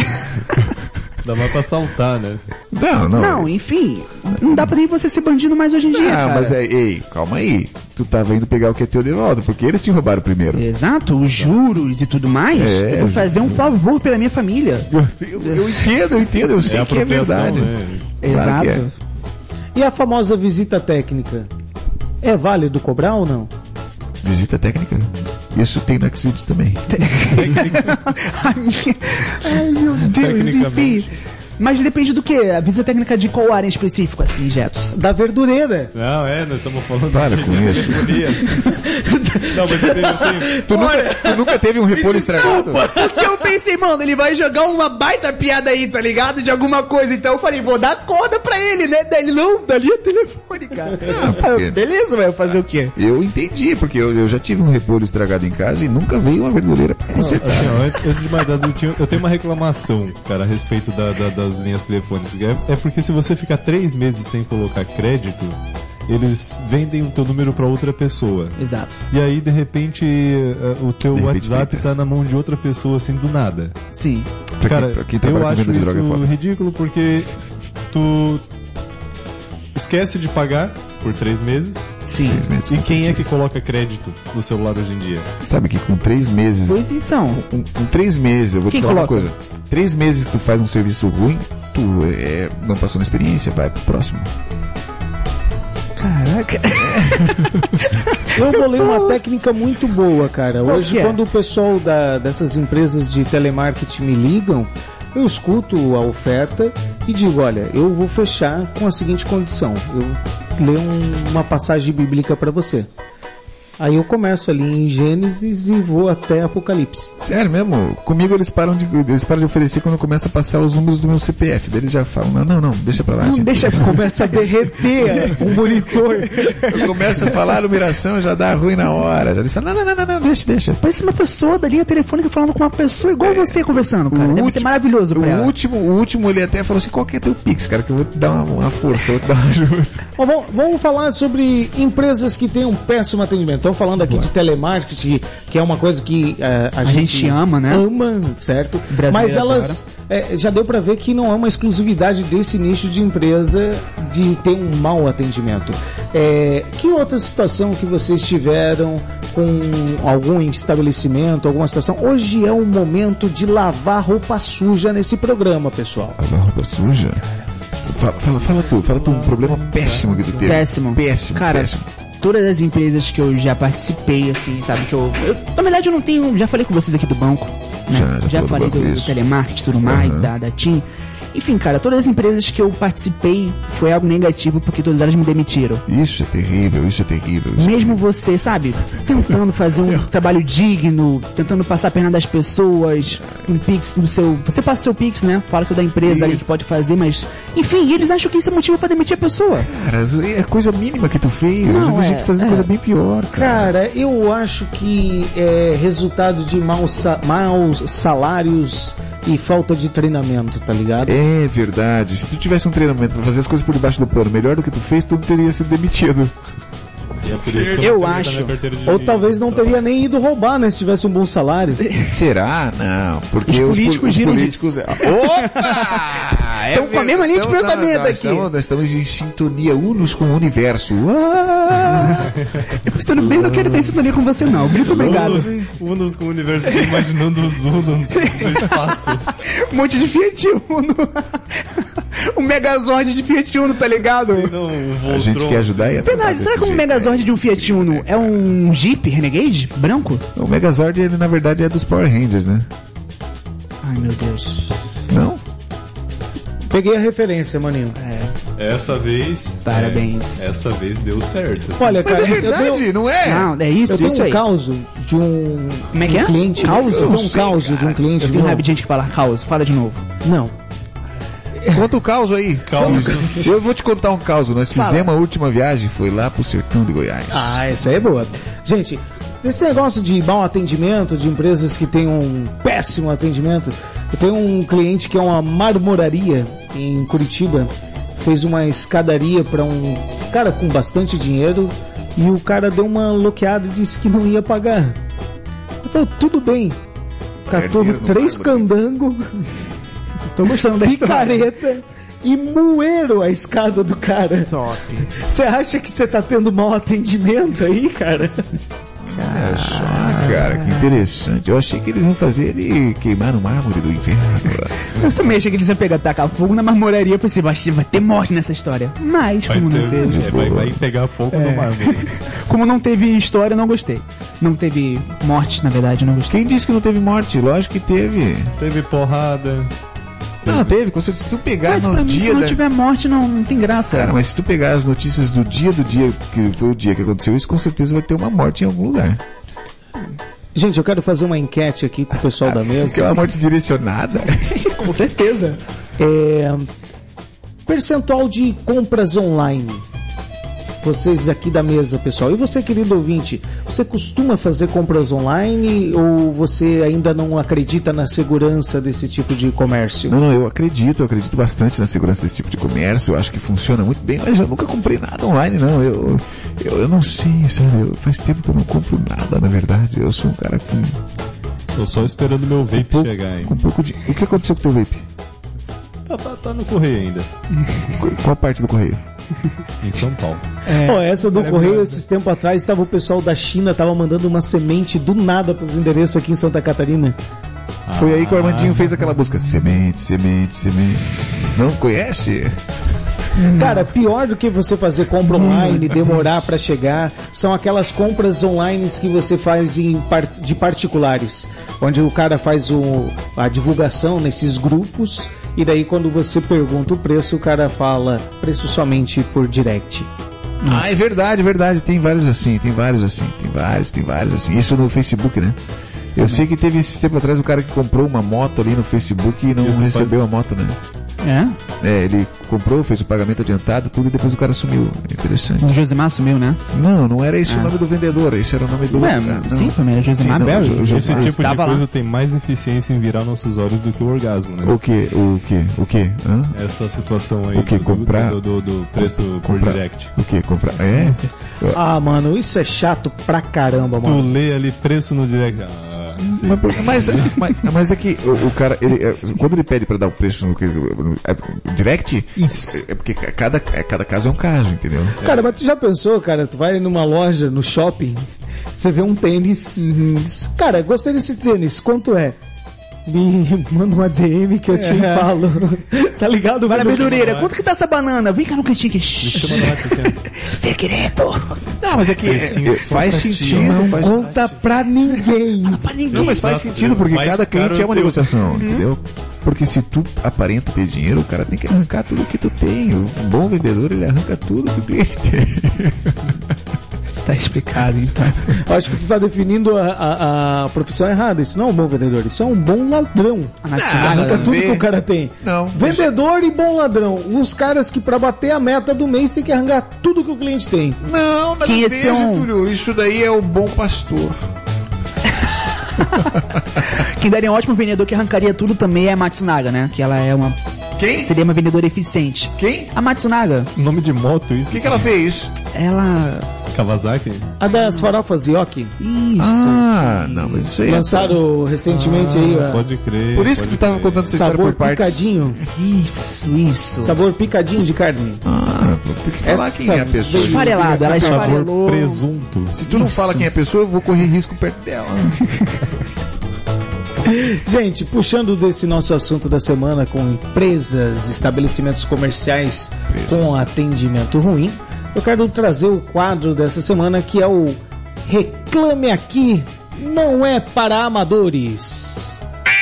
Dá mais pra saltar, né? Não, não. Não, enfim, não dá pra nem você ser bandido mais hoje em dia, Ah, cara. mas é, ei, calma aí. Tu tava indo pegar o que é teu de volta, porque eles te roubaram primeiro. Exato, os juros e tudo mais, É, eu vou fazer um favor pela minha família. Eu, eu entendo, eu entendo, eu sei É que é apropriação, verdade. né? Claro que Exato. E a famosa visita técnica? É válido cobrar ou não? Visita técnica? Isso tem no Xvideos também. Ai, meu Deus, Tecnicamente. enfim. Mas depende do que? A visita técnica de qual área em específico, assim, Jetos? Da verdureira. Não, é, nós estamos falando Para de com isso. categorias. Não, mas eu tenho, eu tenho. Tu nunca, tu nunca teve um repolho estragado? Porque eu pensei, mano, ele vai jogar uma baita piada aí, tá ligado? De alguma coisa. Então eu falei, vou dar corda pra ele, né? Daí ele, não, dali é telefone, cara. porque- Aí eu, beleza, vai fazer o quê? Eu entendi, porque eu, eu já tive um repolho estragado em casa e nunca veio uma verdureira pra consertar. Assim, ó, antes, antes de mais nada, eu, tinha- eu tenho uma reclamação, cara, a respeito da- da- das linhas telefônicas. É, é porque se você ficar três meses sem colocar crédito, eles vendem o teu número pra outra pessoa. Exato. E aí, de repente, eh, o teu De repente, WhatsApp tenta. tá na mão de outra pessoa, assim, do nada. Sim. Pra Cara, quem, pra quem trabalha eu com acho venda de droga é isso foda. ridículo porque tu esquece de pagar por três meses. Sim. Três meses E quem é que consecutivos. coloca crédito no celular hoje em dia? Sabe que com três meses... Pois então. Com, com três meses, eu vou Quem te falar coloca? uma coisa. Três meses que tu faz um serviço ruim, tu é, não passou na experiência, vai pro próximo. Caraca. Eu bolei uma técnica muito boa, cara. Qual Hoje, que é? quando o pessoal da- dessas empresas de telemarketing me ligam, eu escuto a oferta e digo, olha, eu vou fechar com a seguinte condição. Eu leio um- uma passagem bíblica para você. Aí eu começo ali em Gênesis e vou até Apocalipse. Sério mesmo? Comigo eles param de, eles param de oferecer quando começa a passar os números do meu C P F. Daí eles já falam, não, não, não, deixa pra lá. Não gente. deixa Começa a derreter o monitor. Eu começo a falar a numeração, já dá ruim na hora. Já eles falam, não, não, não, não, não, deixa, deixa. Parece uma pessoa da linha telefônica falando com uma pessoa igual você conversando, cara. o Deve ser último- maravilhoso pra O ela. último, o último ele até falou assim, qual que é teu Pix, cara, que eu vou te dar uma, uma força, eu vou te dar uma ajuda. Bom, vamos, vamos falar sobre empresas que têm um péssimo atendimento. tô falando aqui de telemarketing, que é uma coisa que uh, a, A gente, gente ama, né? ama, certo? Brasileiro Mas elas, é, já deu pra ver que não é uma exclusividade desse nicho de empresa de ter um mau atendimento. É, que outra situação que vocês tiveram com algum estabelecimento, alguma situação? Hoje é o momento de lavar roupa suja nesse programa, pessoal. Lavar roupa suja? Fala, fala, fala tu, fala tu um problema péssimo que tu teve. Péssimo. Péssimo, Cara, péssimo. todas as empresas que eu já participei, assim, sabe, que eu, eu... Na verdade eu não tenho... Já falei com vocês aqui do banco, né? Já, já já falei do, do telemarketing e tudo mais, Uhum. da, da TIM. Enfim, cara, todas as empresas que eu participei foi algo negativo porque todas elas me demitiram. Isso é terrível, isso é terrível. Isso Mesmo você, sabe, tentando fazer um trabalho digno, tentando passar a perna das pessoas, um Pix no seu... Você passa o seu Pix, né? Fala toda a empresa ali que pode fazer, mas... Enfim, eles acham que isso é motivo pra demitir a pessoa. Cara, é coisa mínima que tu fez. Não, eu já vi é, gente fazendo é. coisa bem pior, cara. Cara, eu acho que é resultado de maus, sa- maus salários e falta de treinamento, tá ligado? É verdade. Se tu tivesse um treinamento pra fazer as coisas por debaixo do pano melhor do que tu fez, tu não teria sido demitido. E é por isso que Eu não sei acho. na minha carteira de- Ou talvez não teria nem ido roubar, né? Se tivesse um bom salário. Será? Não, porque Os os, políticos po- os giram políticos... Opa! É Estão com a mesma linha de verdade. pensamento Nós aqui. Estamos, nós estamos em sintonia unos com o universo. Ah! Eu sendo bem, não quero ter sintonia com você não. Muito obrigado. Unos, Unos com o universo, eu tô imaginando os Unos no espaço. Um monte de Fiat Uno. Um Megazord de Fiat Uno, tá ligado? Não, um A Voltron, gente quer ajudar e é Verdade, será que um Megazord de um Fiat Uno é um Jeep Renegade branco? O Megazord, ele na verdade é dos Power Rangers, né? Ai, meu Deus. Não? Peguei a referência, maninho. Essa vez... Parabéns. é, essa vez deu certo. Olha, Mas cara, é eu verdade, tenho, não é? Não, é eu isso, tenho isso um aí. caso de um, Como é que um é? cliente. Caos? Eu Eu tenho não um sei, caos de um cliente. Eu tenho meu. raiva de gente que fala caos. Fala de novo. Não. Conta o caos aí. Caos. Eu vou te contar um caos. Nós fizemos a última viagem, foi lá pro sertão de Goiás. Ah, essa aí é boa. Gente, esse negócio de mau atendimento, de empresas que têm um péssimo atendimento, eu tenho um cliente que é uma marmoraria em Curitiba, fez uma escadaria para um cara com bastante dinheiro e o cara deu uma loqueada e disse que não ia pagar. Eu falei, tudo bem. Catou Herdeiro no três mármore. candangos, Tô gostando da história. picareta e moeram a escada do cara. Top. Você acha que você tá tendo mau atendimento aí, cara? Olha só, cara, que interessante. Eu achei que eles iam fazer ele queimar no mármore do inferno. Eu também achei que eles iam pegar, tacar fogo na marmoraria. Eu pensei, vai vai ter morte nessa história. Mas, Vai, como não ter, teve... é, vai, vai pegar fogo no mármore. Como não teve história, eu não gostei. Não teve morte, na verdade, eu não gostei. Quem disse que não teve morte? Lógico que teve. Teve porrada. Não, teve, com certeza. Se tu pegar Mas no pra mim, se dia não da... tiver morte, não, não tem graça. Cara, mas se tu pegar as notícias do dia do dia, que foi o dia que aconteceu isso, com certeza vai ter uma morte em algum lugar. Gente, eu quero fazer uma enquete aqui pro pessoal da Porque é mesa. uma morte direcionada. Com certeza. É, percentual de compras online. Vocês aqui da mesa, pessoal. E você, querido ouvinte, você costuma fazer compras online ou você ainda não acredita na segurança desse tipo de comércio? Não, não, eu acredito, eu acredito bastante na segurança desse tipo de comércio, eu acho que funciona muito bem, mas eu nunca comprei nada online, não, eu, eu, eu não sei, sabe, eu, faz tempo que eu não compro nada, na verdade, eu sou um cara com, Tô só esperando meu vape pouco, chegar, hein. com pouco de... O que aconteceu com o teu vape? Tá, tá, tá no correio ainda. Qual- Qual parte do correio? Em São Paulo. Pô, essa do correio, esses tempos atrás, estava o pessoal da China, tava mandando uma semente do nada pros endereços aqui em Santa Catarina. Foi aí que o Armandinho fez aquela busca, semente, semente, semente, não conhece? Cara, pior do que você fazer compra online e demorar pra chegar, são aquelas compras online que você faz em par- de particulares, onde o cara faz o, a divulgação nesses grupos e daí quando você pergunta o preço, o cara fala preço somente por direct. Ah, é verdade, verdade, tem vários assim, tem vários assim, tem vários, tem vários assim, isso no Facebook, né? Eu sei que teve esse tempo atrás um cara que comprou uma moto ali no Facebook e não Isso, recebeu a moto, né? É? É, ele comprou, fez o pagamento adiantado, tudo, e depois o cara sumiu. É interessante. O Josimar sumiu, né? Não, não era esse Ah. o nome do vendedor, esse era o nome do Ué, outro cara. Não. sim, foi mesmo. Josimar Sim, não, Bell. Jo- Jo- Esse Mas tipo de tava lá. coisa tem mais eficiência em virar nossos olhos do que o orgasmo, né? O que? O que? O que? Hã? Essa situação aí O que? do, Comprar? do, do, do preço por Comprar. direct. O que? Comprar? É? Ah, mano, isso é chato pra caramba, Tu mano. lê ali preço no direct. Ah, sim. Mas, mas, mas, mas é que o, o cara, ele, é, quando ele pede pra dar o preço no, no, no direct, Isso. é porque cada, cada caso é um caso, entendeu? Cara, mas tu já pensou, cara, tu vai numa loja, no shopping, você vê um tênis, diz, cara, gostei desse tênis, quanto é? Me manda uma D M que eu te É. falo. Tá ligado? Vai na mano? verdureira, quanto que tá essa banana? Vem cá no cantinho aqui. Chama no WhatsApp. Segredo. Não, mas é que Precinho é, só faz pra ti, sentido. Não faz, conta pra ninguém. Pra ninguém. não, mas faz Exato, sentido, porque mais cada caro cliente é uma o teu. negociação, entendeu? Porque se tu aparenta ter dinheiro, o cara tem que arrancar tudo que tu tem. Um bom vendedor, ele arranca tudo que o cliente tem. Tá explicado, então. Eu acho que tu tá definindo a, a, a profissão errada. Isso não é um bom vendedor, isso é um bom ladrão. Arranca tudo vê. que o cara tem. Não. Vendedor e bom ladrão. Os caras que pra bater a meta do mês tem que arrancar tudo que o cliente tem. Não, não Quem é esse é um- Túlio. Isso daí é o bom pastor. Quem daria um ótimo vendedor que arrancaria tudo também é a Matsunaga, né? Que ela é uma... Quem? Seria uma vendedora eficiente. Quem? A Matsunaga, Nome de moto, O isso? que, que ela fez? ela... Kawasaki? A das farofas Yoki. Isso. Ah, não, mas isso aí. Lançaram recentemente aí. ó, Pode crer. Por isso que pode tu tava crer. contando essa história Sabor por partes. picadinho. Isso, isso. Sabor picadinho de carne. Ah, pô, tem que falar Essa quem é a pessoa. Esfarelado, ela Sabor esfarelou. presunto. Se tu não fala quem é a pessoa, eu vou correr risco perto dela. Gente, puxando desse nosso assunto da semana com empresas, estabelecimentos comerciais com atendimento ruim, eu quero trazer o quadro dessa semana que é o Reclame Aqui, não é para amadores.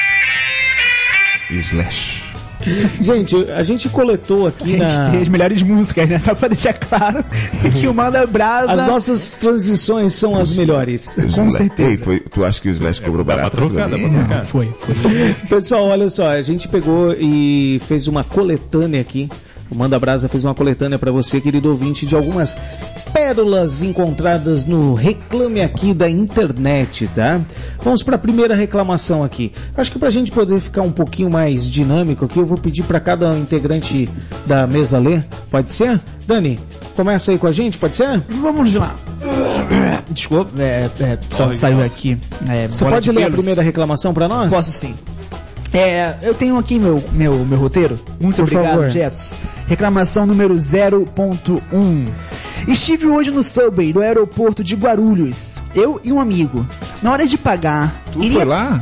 Slash. Gente, a gente coletou A aqui gente na... tem as melhores músicas, né? Só pra deixar claro que o Manda Brasa... As nossas transições são as melhores. Com certeza. Ei, foi, tu acha que o Slash cobrou Dá pra barato? trocar, dá pra Não. trocar. Foi, foi. Pessoal, olha só, a gente pegou e fez uma coletânea aqui. O Manda Brasa fez uma coletânea para você, querido ouvinte, de algumas pérolas encontradas no Reclame Aqui da internet, tá? Vamos para a primeira reclamação aqui. Acho que pra gente poder ficar um pouquinho mais dinâmico aqui, eu vou pedir para cada integrante da mesa ler. Pode ser? Dani, começa aí com a gente, pode ser? Vamos lá. Desculpa, é, é, só Olha, saiu nossa. aqui. É, Você bola pode de ler a pelos. primeira reclamação para nós? Posso sim. É, eu tenho aqui meu, meu, meu roteiro. Muito Por obrigado, favor. Jets. Reclamação número zero ponto um. Estive hoje no Subway do aeroporto de Guarulhos. Eu e um amigo. Na hora de pagar... Tu iria- foi lá?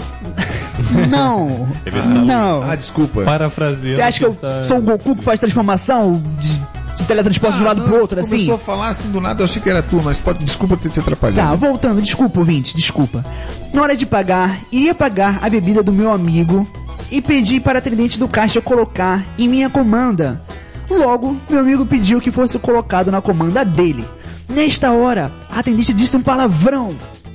Não. Ele está- Não. Ah, desculpa. Parafraseando. Você acha que eu está- sou o Goku que faz transformação? De, se teletransporta de um lado não, pro outro, começou assim? a falar assim do nada, eu achei que era tu, mas pode, desculpa ter te Tá, atrapalhado. voltando, desculpa, ouvinte, desculpa. Na hora de pagar, iria pagar a bebida do meu amigo e pedi para a atendente do caixa colocar em minha comanda. Logo, meu amigo pediu que fosse colocado na comanda dele. Nesta hora, a atendente disse um palavrão.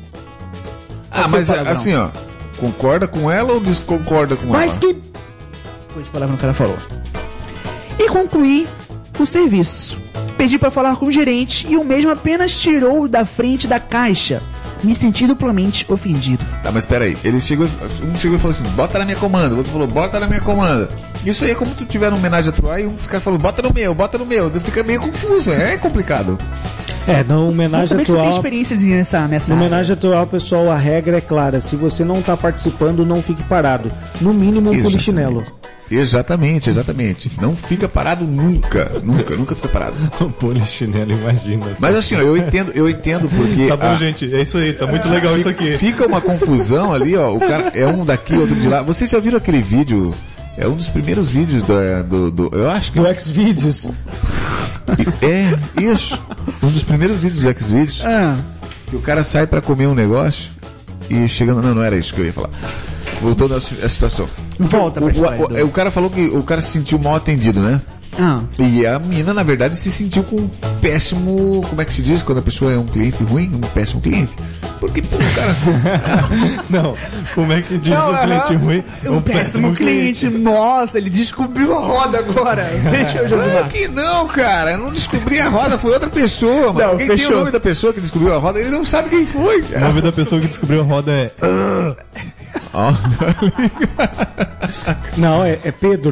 Ah, mas é, assim, ó, concorda com ela ou desconcorda com Mas ela? que... Foi esse palavrão que ela falou. E concluí o serviço. Pedi para falar com o gerente e o mesmo apenas tirou da frente da caixa. Me senti duplamente ofendido. Tá, mas peraí, ele chegou, um chegou e falou assim, bota na minha comanda, o outro falou, bota na minha comanda. Isso aí é como tu tiver numa homenagem atual e um ficar falando, bota no meu, bota no meu, fica meio confuso, é complicado. É, na homenagem Como é que você tem atual... experiências nessa, nessa Na área? homenagem atual, pessoal, a regra é clara. Se você não está participando, não fique parado. No mínimo, um Exatamente. polichinelo. Exatamente, exatamente. Não fica parado nunca, nunca, nunca fica parado. O polichinelo, imagina. Mas assim, ó, eu entendo, eu entendo porque... Tá bom, a- gente. É isso aí. Tá muito legal isso aqui. Fica uma confusão ali, ó. O cara é um daqui, outro de lá. Vocês já viram aquele vídeo? É um dos primeiros vídeos do. do, do- eu acho que. Do Xvideos. É, isso. Um dos primeiros vídeos do Xvideos. Ah, Que o cara sai pra comer um negócio e chegando. Não, não era isso que eu ia falar. Voltando à si- à situação. volta pra O, história. o, do- o cara falou que o cara se sentiu mal atendido, né? Ah, E a menina, na verdade, se sentiu com um péssimo. Como é que se diz quando a pessoa é um cliente ruim? Um péssimo cliente. Porque, pô, o cara. Não, como é que diz Não, o cliente aham. ruim? É um péssimo cliente. Nossa, ele descobriu a roda agora. Deixa eu, Claro Josimar. que não, cara. Eu não descobri a roda, foi outra pessoa, mano. Não, Quem tem fechou. o nome da pessoa que descobriu a roda, ele não sabe quem foi. O nome da pessoa que descobriu a roda é... Ó. Não, é, é Pedro.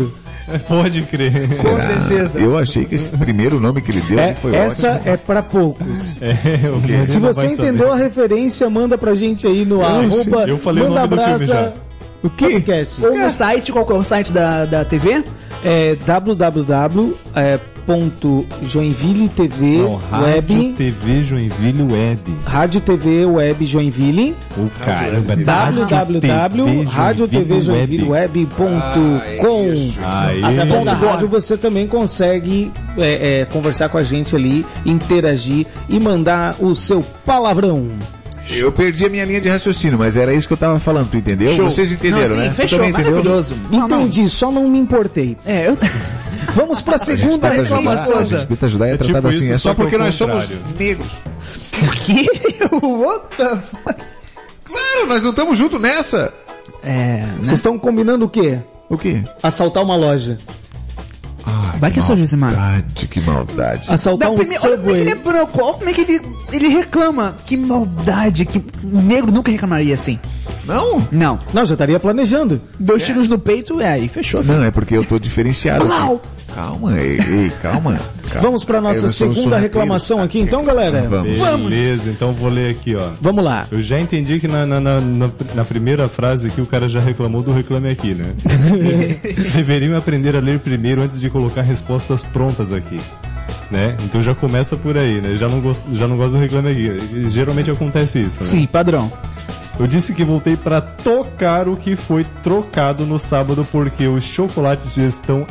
Pode crer. Será? certeza. Eu achei que esse primeiro nome que ele deu É, foi essa ótimo. é pra poucos. É, o Bruno Se não você vai entendeu saber. a referência, manda pra gente aí no arroba eu falei o nome do filme já. O que? Podcast. Ou no site, qual que é o site da, da T V? É www ponto joinville T V Não, Rádio Web T V Joinville Web. Rádio T V Web Joinville O caramba, www ponto rádio T V Joinville Web ponto com. Aí. Através da rádio você também consegue é, é, conversar com a gente ali, interagir e mandar o seu palavrão. Eu perdi a minha linha de raciocínio, mas era isso que eu tava falando, tu entendeu? Show. Vocês entenderam, Não, sim, né? fechou, Tu também entendeu? maravilhoso. Não, não. Entendi, só não me importei. É, eu... Vamos pra A gente segunda tenta ajudar, a reclamação. gente tenta ajudar e é, É tipo tratado isso, assim. É só só que porque ao nós somos contrário. negros. O quê? What the... Claro, nós não estamos juntos nessa. É... Vocês estão combinando o quê? O quê? Assaltar uma loja. Ai, Vai que é só, Josimar. maldade, que maldade. Assaltar Não, um primeiro, olha como é que ele é Subway. branco, olha como é que ele, ele reclama. Que maldade, que o negro nunca reclamaria assim. Não? Não. Não, já estaria planejando. Dois tiros no peito, é, aí fechou. Não, é porque eu tô diferenciado. Blau. Calma, ei, ei, calma. calma. Vamos pra nossa Eu sou segunda sorrateiro. reclamação aqui, então, galera. Vamos. Beleza, então vou ler aqui, ó. Vamos lá. Eu já entendi que na, na, na, na- na primeira frase aqui o cara já reclamou do Reclame Aqui, né? Deveriam aprender a ler primeiro antes de colocar respostas prontas aqui. Né? Então já começa por aí, né? Já não gosto, já não gosto do Reclame Aqui. Geralmente acontece isso, né? Sim, padrão. Eu disse que voltei pra tocar o que foi trocado no sábado porque os chocolates estão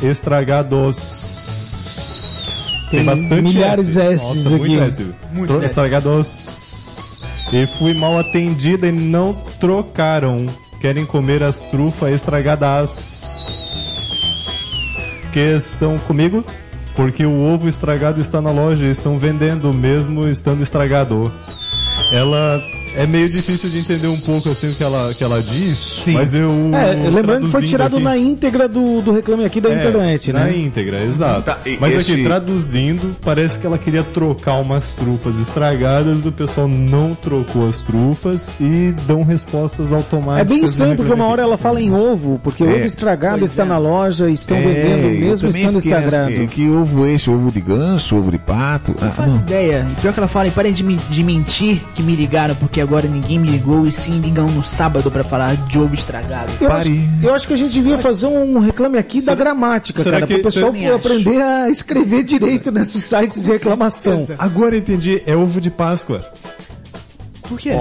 estragados. Tem milhares de S. S's Nossa, aqui. muito S. Muito Tro- S. Estragados. E fui mal atendida e não trocaram. Querem comer as trufas estragadas. Que estão comigo? Porque o ovo estragado está na loja e estão vendendo mesmo estando estragado. Ela é meio difícil de entender um pouco assim o que ela, que ela diz, mas eu... É, lembrando que foi traduzindo tirado aqui- na íntegra do, do Reclame Aqui da É, internet, na né? íntegra, exato. Tá, e Mas esse- aqui, traduzindo, parece que ela queria trocar umas trufas estragadas, o pessoal não trocou as trufas e dão respostas automáticas. É bem estranho no porque uma Reclame hora ela fala em ovo, porque o É, ovo estragado pois está é. na loja, estão É, vendendo eu mesmo também estando fiquei nessa- estragado. Que ovo esse? Ovo de ganso? Ovo de pato? Não Ah, faço não. ideia. E pior que ela fala, e parem de, me- de mentir que me ligaram, porque agora ninguém me ligou e sim ligam no sábado pra falar de ovo estragado. Eu acho, Pare. eu acho que a gente devia fazer um Reclame Aqui da gramática, será cara, que- para o pessoal será- aprender a escrever direito nesses sites de reclamação. Agora eu entendi, é ovo de Páscoa. Por quê? É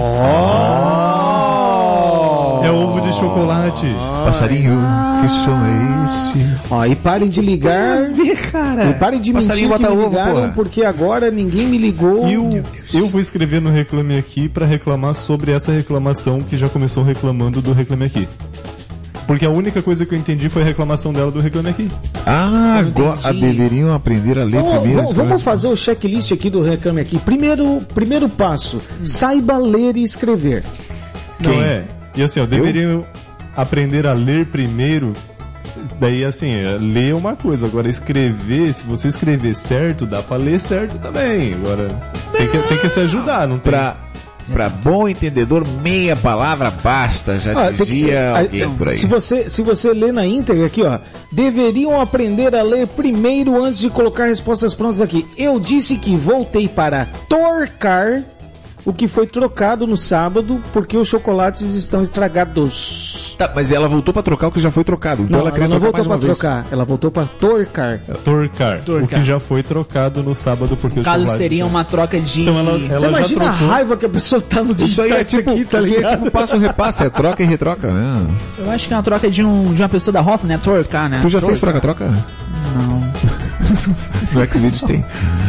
ovo de chocolate. Passarinho, que som é esse? Ó, e parem de ligar. E parem de mentir Passarinho que bota me ovo, ligaram, porra. porque agora ninguém me ligou. Eu, eu vou escrever no Reclame Aqui pra reclamar sobre essa reclamação que já começou reclamando do Reclame Aqui. Porque a única coisa que eu entendi foi a reclamação dela do Reclame Aqui. Ah, agora entendi. deveriam aprender a ler Vamos, primeiro. vamos- vamos fazer o checklist aqui do Reclame Aqui. Primeiro, primeiro passo, saiba ler e escrever. Não Quem? é? E assim, ó, deveriam aprender a ler primeiro. Daí, assim, é, ler é uma coisa. Agora, escrever, se você escrever certo, dá pra ler certo também. Agora, tem que, tem que se ajudar, não tem? Pra, pra bom entendedor, meia palavra basta, já Ah, tem que- dizia ah, alguém por aí. Se você, se você ler na íntegra aqui, ó, deveriam aprender a ler primeiro antes de colocar respostas prontas aqui. Eu disse que voltei para torcar o que foi trocado no sábado porque os chocolates estão estragados. Tá, mas ela voltou pra trocar o que já foi trocado. Então Não, ela ela, queria não trocar voltou mais para uma vez. trocar, ela voltou para torcar. Torcar, Torcar. o que já foi trocado no sábado porque No os caso, chocolates seria estão- uma troca de... Então ela- ela- Você já imagina a trocou. raiva que a pessoa tá no Isso aí digitar é isso tipo, aqui, tá isso aí é ligado? tipo passa ou repassa, é troca e retroca, né? Eu acho que é uma troca de, um, de uma pessoa da roça, né? Torcar, né? Tu já fez troca-troca? Não. No Xvideos tem.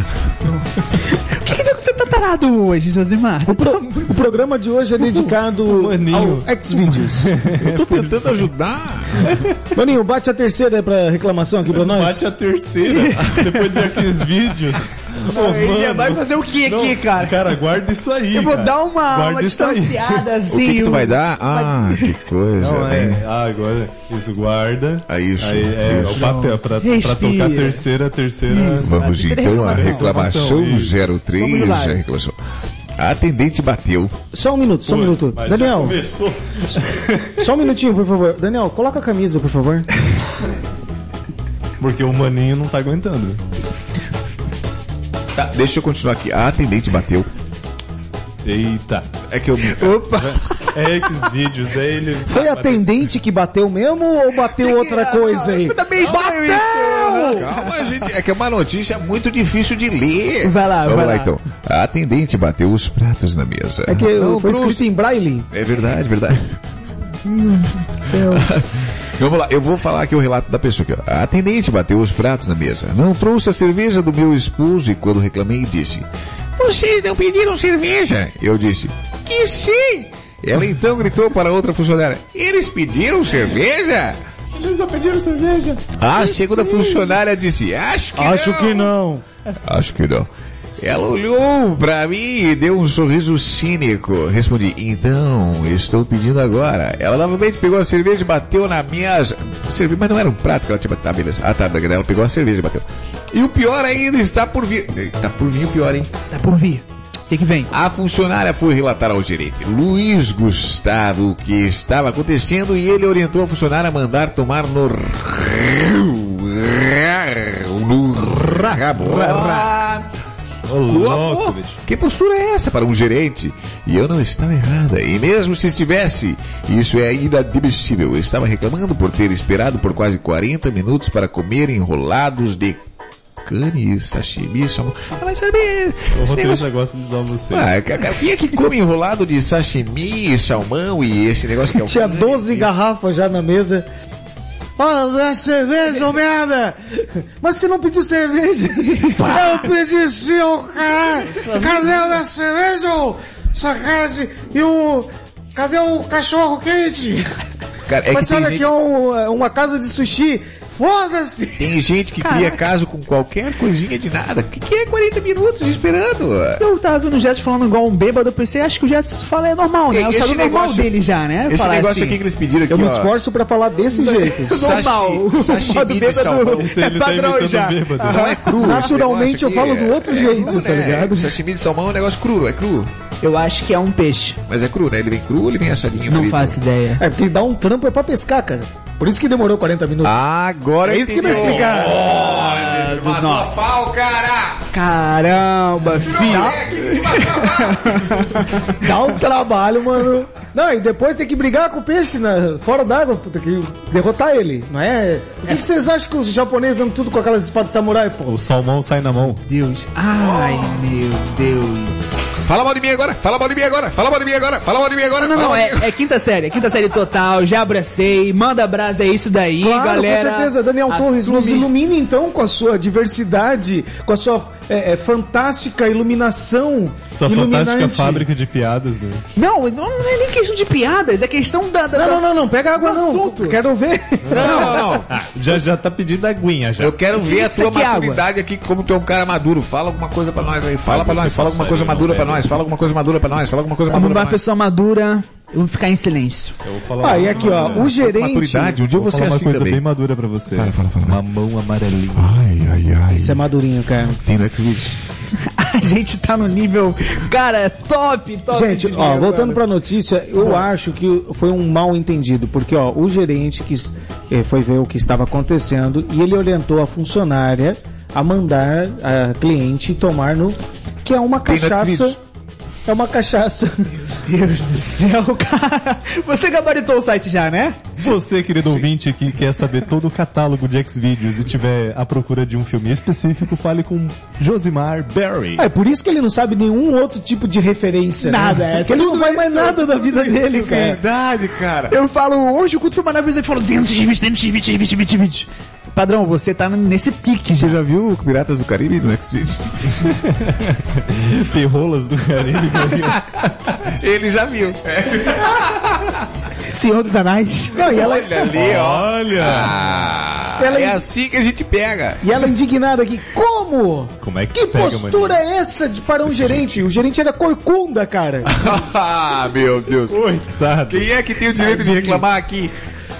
Por que, que você tá tarado hoje, Josimar? O, pro- o programa de hoje é dedicado Maninho. ao Xvideos. Eu tô tentando ajudar. Maninho, bate a terceira pra reclamação aqui pra nós. Bate a terceira, depois daqueles vídeos. Ô, mano. vai fazer o que aqui, Não, cara? Cara, guarda isso aí. Eu vou cara. dar uma, Guarda uma isso aí. distanciada assim. O que, que tu um- vai dar? Ah, que coisa. Não, hein? é. Ah, agora. Isso, guarda. Aí, isso. Aí, é, isso. o papel, pra, pra Respira. tocar a terceira, a terceira. Isso. Vamos A terceira então à reclamação. reclamação Isso. zero três. Vamos lá. A reclamação. A atendente bateu. Só um minuto, só um Pô, minuto. mas já Daniel, começou. só um minutinho, por favor. Daniel, coloca a camisa, por favor. Porque o maninho não tá aguentando. Tá, deixa eu continuar aqui. A atendente bateu. Eita. É que eu... Opa! É Xvideos, é ele... Foi a atendente que bateu mesmo ou bateu outra coisa aí? Bateu! Calma, gente. É que é uma notícia muito difícil de ler. Vai lá, Vamos vai lá, lá. então. A atendente bateu os pratos na mesa. É que Não, foi Bruce. escrito em braille. É verdade, verdade. Céu. Vamos lá, eu vou falar aqui o relato da pessoa aqui, ó. A atendente bateu os pratos na mesa. Não trouxe a cerveja do meu esposo e quando reclamei disse: vocês não pediram cerveja? Eu disse: que sim! Ela então gritou para outra funcionária: eles pediram cerveja? Eles não pediram cerveja. A segunda funcionária disse: acho que Acho não. que não. Acho que não. Ela olhou pra mim e deu um sorriso cínico. Respondi: então, estou pedindo agora. Ela novamente pegou a cerveja e bateu na minha... Cerveja, mas não era um prato que ela tinha batido. Tá, beleza. Ah, tá, ela pegou a cerveja e bateu. E o pior ainda está por vir. Tá por vir o pior, hein? Tá por vir. O que que vem? A funcionária foi relatar ao gerente, Luiz Gustavo, o que estava acontecendo e ele orientou a funcionária a mandar tomar no... no rabo. Ô, louco, bicho. Que postura é essa para um gerente? E eu não estava errada. E mesmo se estivesse, isso é inadmissível. Eu estava reclamando por ter esperado por quase quarenta minutos para comer enrolados de cane, sashimi, salmão. Ah, mas sabe... O esse roteirista negócio... gosta de zoar você. Ah, cara, quem é que come enrolado de sashimi, salmão e esse negócio que é o... Tinha doze garrafas já na mesa. Ó, oh, é cerveja, ô merda! Mas você não pediu cerveja? Eu pedi sim, ô caralho! Cadê a minha cerveja, ô sacade? E o... Cadê o cachorro quente? Cara, é Mas que tem olha gente... aqui, é um, uma casa de sushi. Foda-se! Tem gente que cria caso com qualquer coisinha de nada. O que, que é quarenta minutos esperando? Eu tava vendo o Jetson falando igual um bêbado, eu pensei, acho que o Jetson fala é normal, né? É o Esse estado normal negócio- dele já, né? Esse Falar negócio assim. aqui que eles pediram aqui, Eu me ó. esforço pra falar desse jeito. Normal. O Sashimi modo de bêbado salmão. Esse ele é tá padrão imitando já. bêbado. Não é cru. Naturalmente esse eu negócio falo aqui do outro é- jeito, é cru, tá né? ligado? Sashimi de salmão é um negócio cru, é cru. Eu acho que é um peixe. Mas é cru, né? Ele vem cru ou ele vem assadinho? Não frito? faço ideia. É, porque dá um trampo é pra pescar, cara. Por isso que demorou quarenta minutos. Agora É isso que vai entendeu. explicar. Olha, ele matou a pau, cara! Caramba, filho. É aqui que matou a pau. Dá um trabalho, mano. Não, e depois tem que brigar com o peixe na, fora d'água, tem que derrotar ele, não é? Por que, que vocês acham que os japoneses andam tudo com aquelas espadas samurai, pô? O salmão sai na mão. Deus. Ai, meu Deus. Fala mal de mim agora, fala mal de mim agora, fala mal de mim agora, fala mal de mim agora. Não, não, fala não, mal de mim é, é quinta série, é quinta série total, já abracei, manda brasa, é isso daí, Claro, galera. com certeza. Daniel Torres, nos assume- ilumine então com a sua diversidade, com a sua é, é, fantástica iluminação. Sua iluminante. fantástica fábrica de piadas, né? Não, não é nem questão de piadas, é questão da... da Não, da- não, não, não, pega água do não. assunto. Quero ver. Não, não, não. Já, já tá pedindo aguinha já. Eu quero ver a Isso tua aqui é água. maturidade aqui, como tu é um cara maduro. Fala alguma coisa pra nós aí. Fala pra nós, fala alguma coisa madura pra nós. Fala alguma coisa madura pra nós. Fala alguma coisa Como madura uma pra nós. pessoa madura, eu vou ficar em silêncio. Eu vou falar Ah, e uma- aqui ó, o gerente... Maturidade, um dia Vou você falar é uma assim coisa também. bem madura pra você. Fala, fala, fala. Mamão amarelinho. Ai, ai, ai. Isso é madurinho, cara. Tem no Xvideos. A gente tá no nível, cara, top, top. Gente, de ó, nível, voltando cara. pra notícia, eu acho que foi um mal entendido, porque ó, o gerente quis, eh, foi ver o que estava acontecendo e ele orientou a funcionária a mandar a cliente tomar no, que é uma Tem no cachaça, Xvideos. é uma cachaça. Deus do céu, cara. Você gabaritou o site já, né? Você, querido ouvinte, que quer saber todo o catálogo de Xvideos e tiver à procura de um filme específico, fale com Josimar Berry. É por isso que ele não sabe nenhum outro tipo de referência. Nada, né? é Porque ele não vai mais nada da vida dele, cara. Verdade, cara. Eu falo, hoje o culto foi maravilhoso, ele falou, dentro de vídeo, dentro de vídeo, vídeo, vídeo, vídeo. Padrão, você tá nesse pique já. Você já viu Piratas do Caribe no Xvideos? Perrolas do Caribe. Ele já viu. Senhor dos Anais. Não, e ela, Olha ali, ó. Olha! Ah, Ela- é assim que a gente pega. e ela indignada aqui, como? Como é que, Que pega, postura é essa de, para um gerente? O gerente era corcunda, cara. Ah, meu Deus. maninho? Coitado. Quem é que tem o direito de reclamar aqui?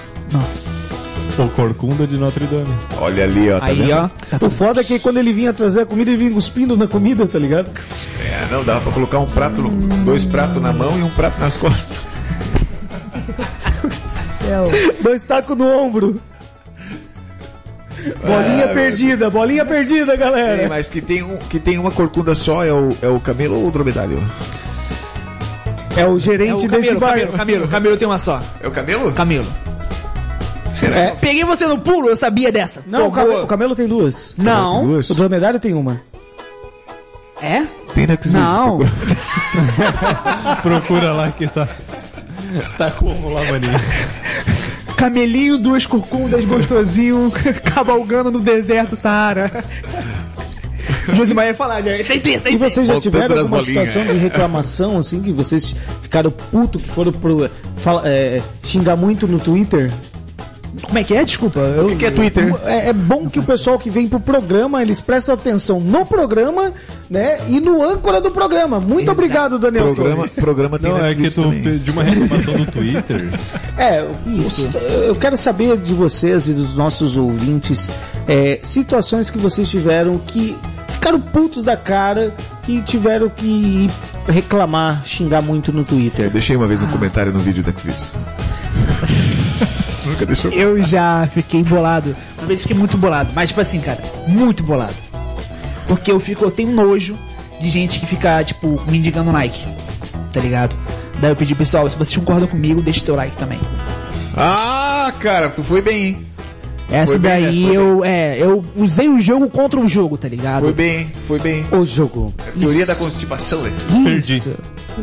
O Corcunda de Notre Dame. Olha ali, ó. Tá Aí, vendo? ó. O foda é que quando ele vinha trazer a comida, ele vinha cuspindo na comida, tá ligado? É, não, dava pra colocar um prato, no- dois pratos na mão e um prato nas costas. Dois tacos no ombro. Bolinha Ah, perdida, bolinha perdida, galera. Tem, mas que tem, um, que tem uma corcunda só é o, é o camelo ou o dromedário? É o É o gerente desse camelo, bar. camelo, camelo, camelo tem uma só. É o camelo? Camelo. Será? É. Peguei você no pulo, eu sabia dessa. Não, o Tomou. camelo, o camelo tem duas. Não. Duas? O dromedário tem uma. É? Tem na Xvideos, Não. procura. Procura lá que tá. Tá como lá, maninho? Camelinho, duas corcundas, gostosinho, cavalgando no deserto Saara. Josimar ia falar, já. Sentei, E sentei. vocês já Voltando tiveram nas alguma bolinhas. situação de reclamação, assim, que vocês ficaram puto, que foram pro, fala, é, xingar muito no Twitter? Como é que é? Desculpa. Eu... O que, que é Twitter? É, é bom que o pessoal que vem pro programa, eles prestam atenção no programa, né, e no âncora do programa. Muito Exato. obrigado, Daniel. Programa, Torres. programa tem Não, é que Netflix tu também. pediu uma reclamação do Twitter. É, os- eu quero saber de vocês e dos nossos ouvintes, é, situações que vocês tiveram que ficaram putos da cara e tiveram que reclamar, xingar muito no Eu Twitter. deixei uma vez um comentário no vídeo da Xvideos. Nunca deixou. Eu já fiquei bolado. Uma vez fiquei muito bolado. Mas, tipo assim, cara, muito bolado. Porque eu fico, eu tenho nojo de gente que fica, tipo, me indicando like. Tá ligado? Daí eu pedi, pessoal, se vocês concordam comigo, deixe seu like também. Ah, cara, tu foi bem, hein? Essa Foi bem, daí essa foi eu, é, eu usei o jogo contra o jogo, tá ligado? Foi bem, hein? Foi bem. O jogo. É teoria da constipação, né? Perdi. Isso.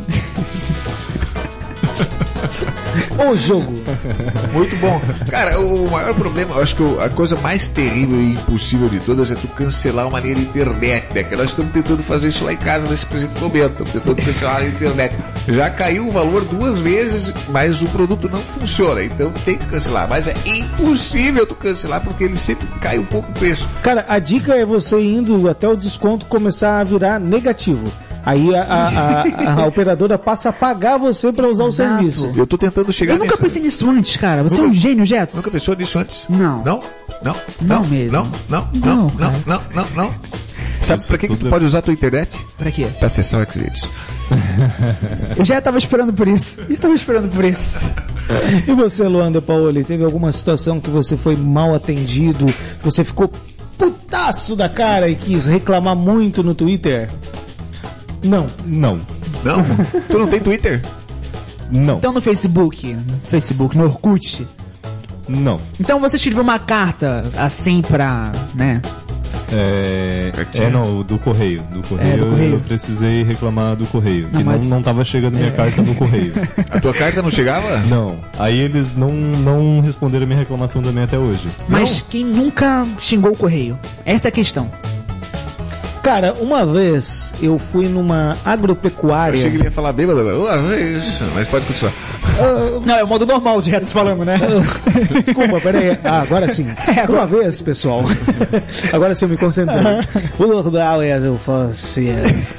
O jogo. Muito bom. Cara, o maior problema, eu acho que o- a coisa mais terrível e impossível de todas é tu cancelar uma linha de internet, né? Que nós estamos tentando fazer isso lá em casa nesse presente momento. Estamos tentando cancelar a linha de internet. Já caiu o valor duas vezes, mas o produto não funciona. Então tem que cancelar. Mas é impossível tu cancelar porque ele sempre cai um pouco o preço. Cara, a dica é você indo até o desconto começar a virar negativo. Aí a, a, a- a operadora passa a pagar você pra usar o Exato. serviço. Eu tô tentando chegar Eu nunca nisso. pensei nisso antes, cara. Você é Nunca- um gênio, Jeto. Nunca pensou nisso antes? Não. Não? Não? Não Não mesmo. Não? Não? Não, Não? Não? cara. Não? Não? Não? Sabe Isso pra que, que tu tudo é- pode usar a tua internet? Pra quê? Pra acessar o Xvideos. Eu já tava esperando por isso. Eu tava esperando por isso. E você, Luanda Paoli, teve alguma situação que você foi mal atendido, que você ficou putaço da cara e quis reclamar muito no Twitter? Não. Não. Não? Tu não tem Twitter? Não. Então no Facebook, no Facebook, no Orkut. Não. Então você escreveu uma carta assim pra, né? É, Cartinha. é não, do correio. Do correio, É, do correio. eu precisei reclamar do correio. Não, que mas- não, não tava chegando minha carta no correio. A tua carta não chegava? Não. Aí eles não, não responderam a minha reclamação também até hoje. Mas quem nunca xingou o correio? Essa é a questão. Cara, uma vez eu fui numa Eu agropecuária. achei que ele ia falar bêbado agora. Ué, é isso. Mas pode continuar. Não, é o modo normal de retos falando, né? Desculpa, peraí. Ah, agora sim. Uma vez, pessoal. Agora sim eu me concentrei. O normal é eu fosse.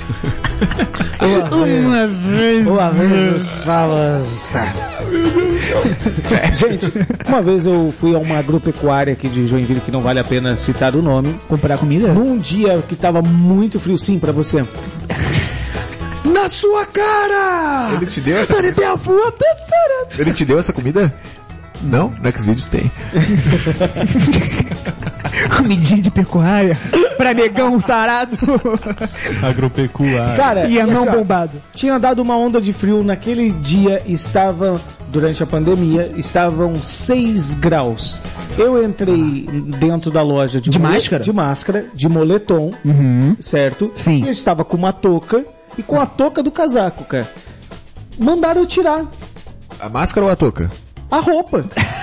Uma vez. Uma vez no sábado. Tá. Gente, uma vez eu fui a uma agropecuária aqui de Joinville, que não vale a pena citar o nome. Comprar comida? Num dia que tava muito frio, sim, pra você. Na sua cara! Ele te deu essa comida? Ele te deu essa comida? Não? No Xvideos tem. Comidinha de pecuária pra negão sarado Agropecuária. Cara, e anão assim, ó, bombado. tinha dado uma onda de frio naquele dia, estava, durante a pandemia, estavam seis graus. Eu entrei dentro da loja de, De mole- máscara? de máscara, de moletom, Uhum. certo? Sim. E eu estava com uma touca e com a touca do casaco, cara. Mandaram eu tirar A máscara ou a touca? a roupa.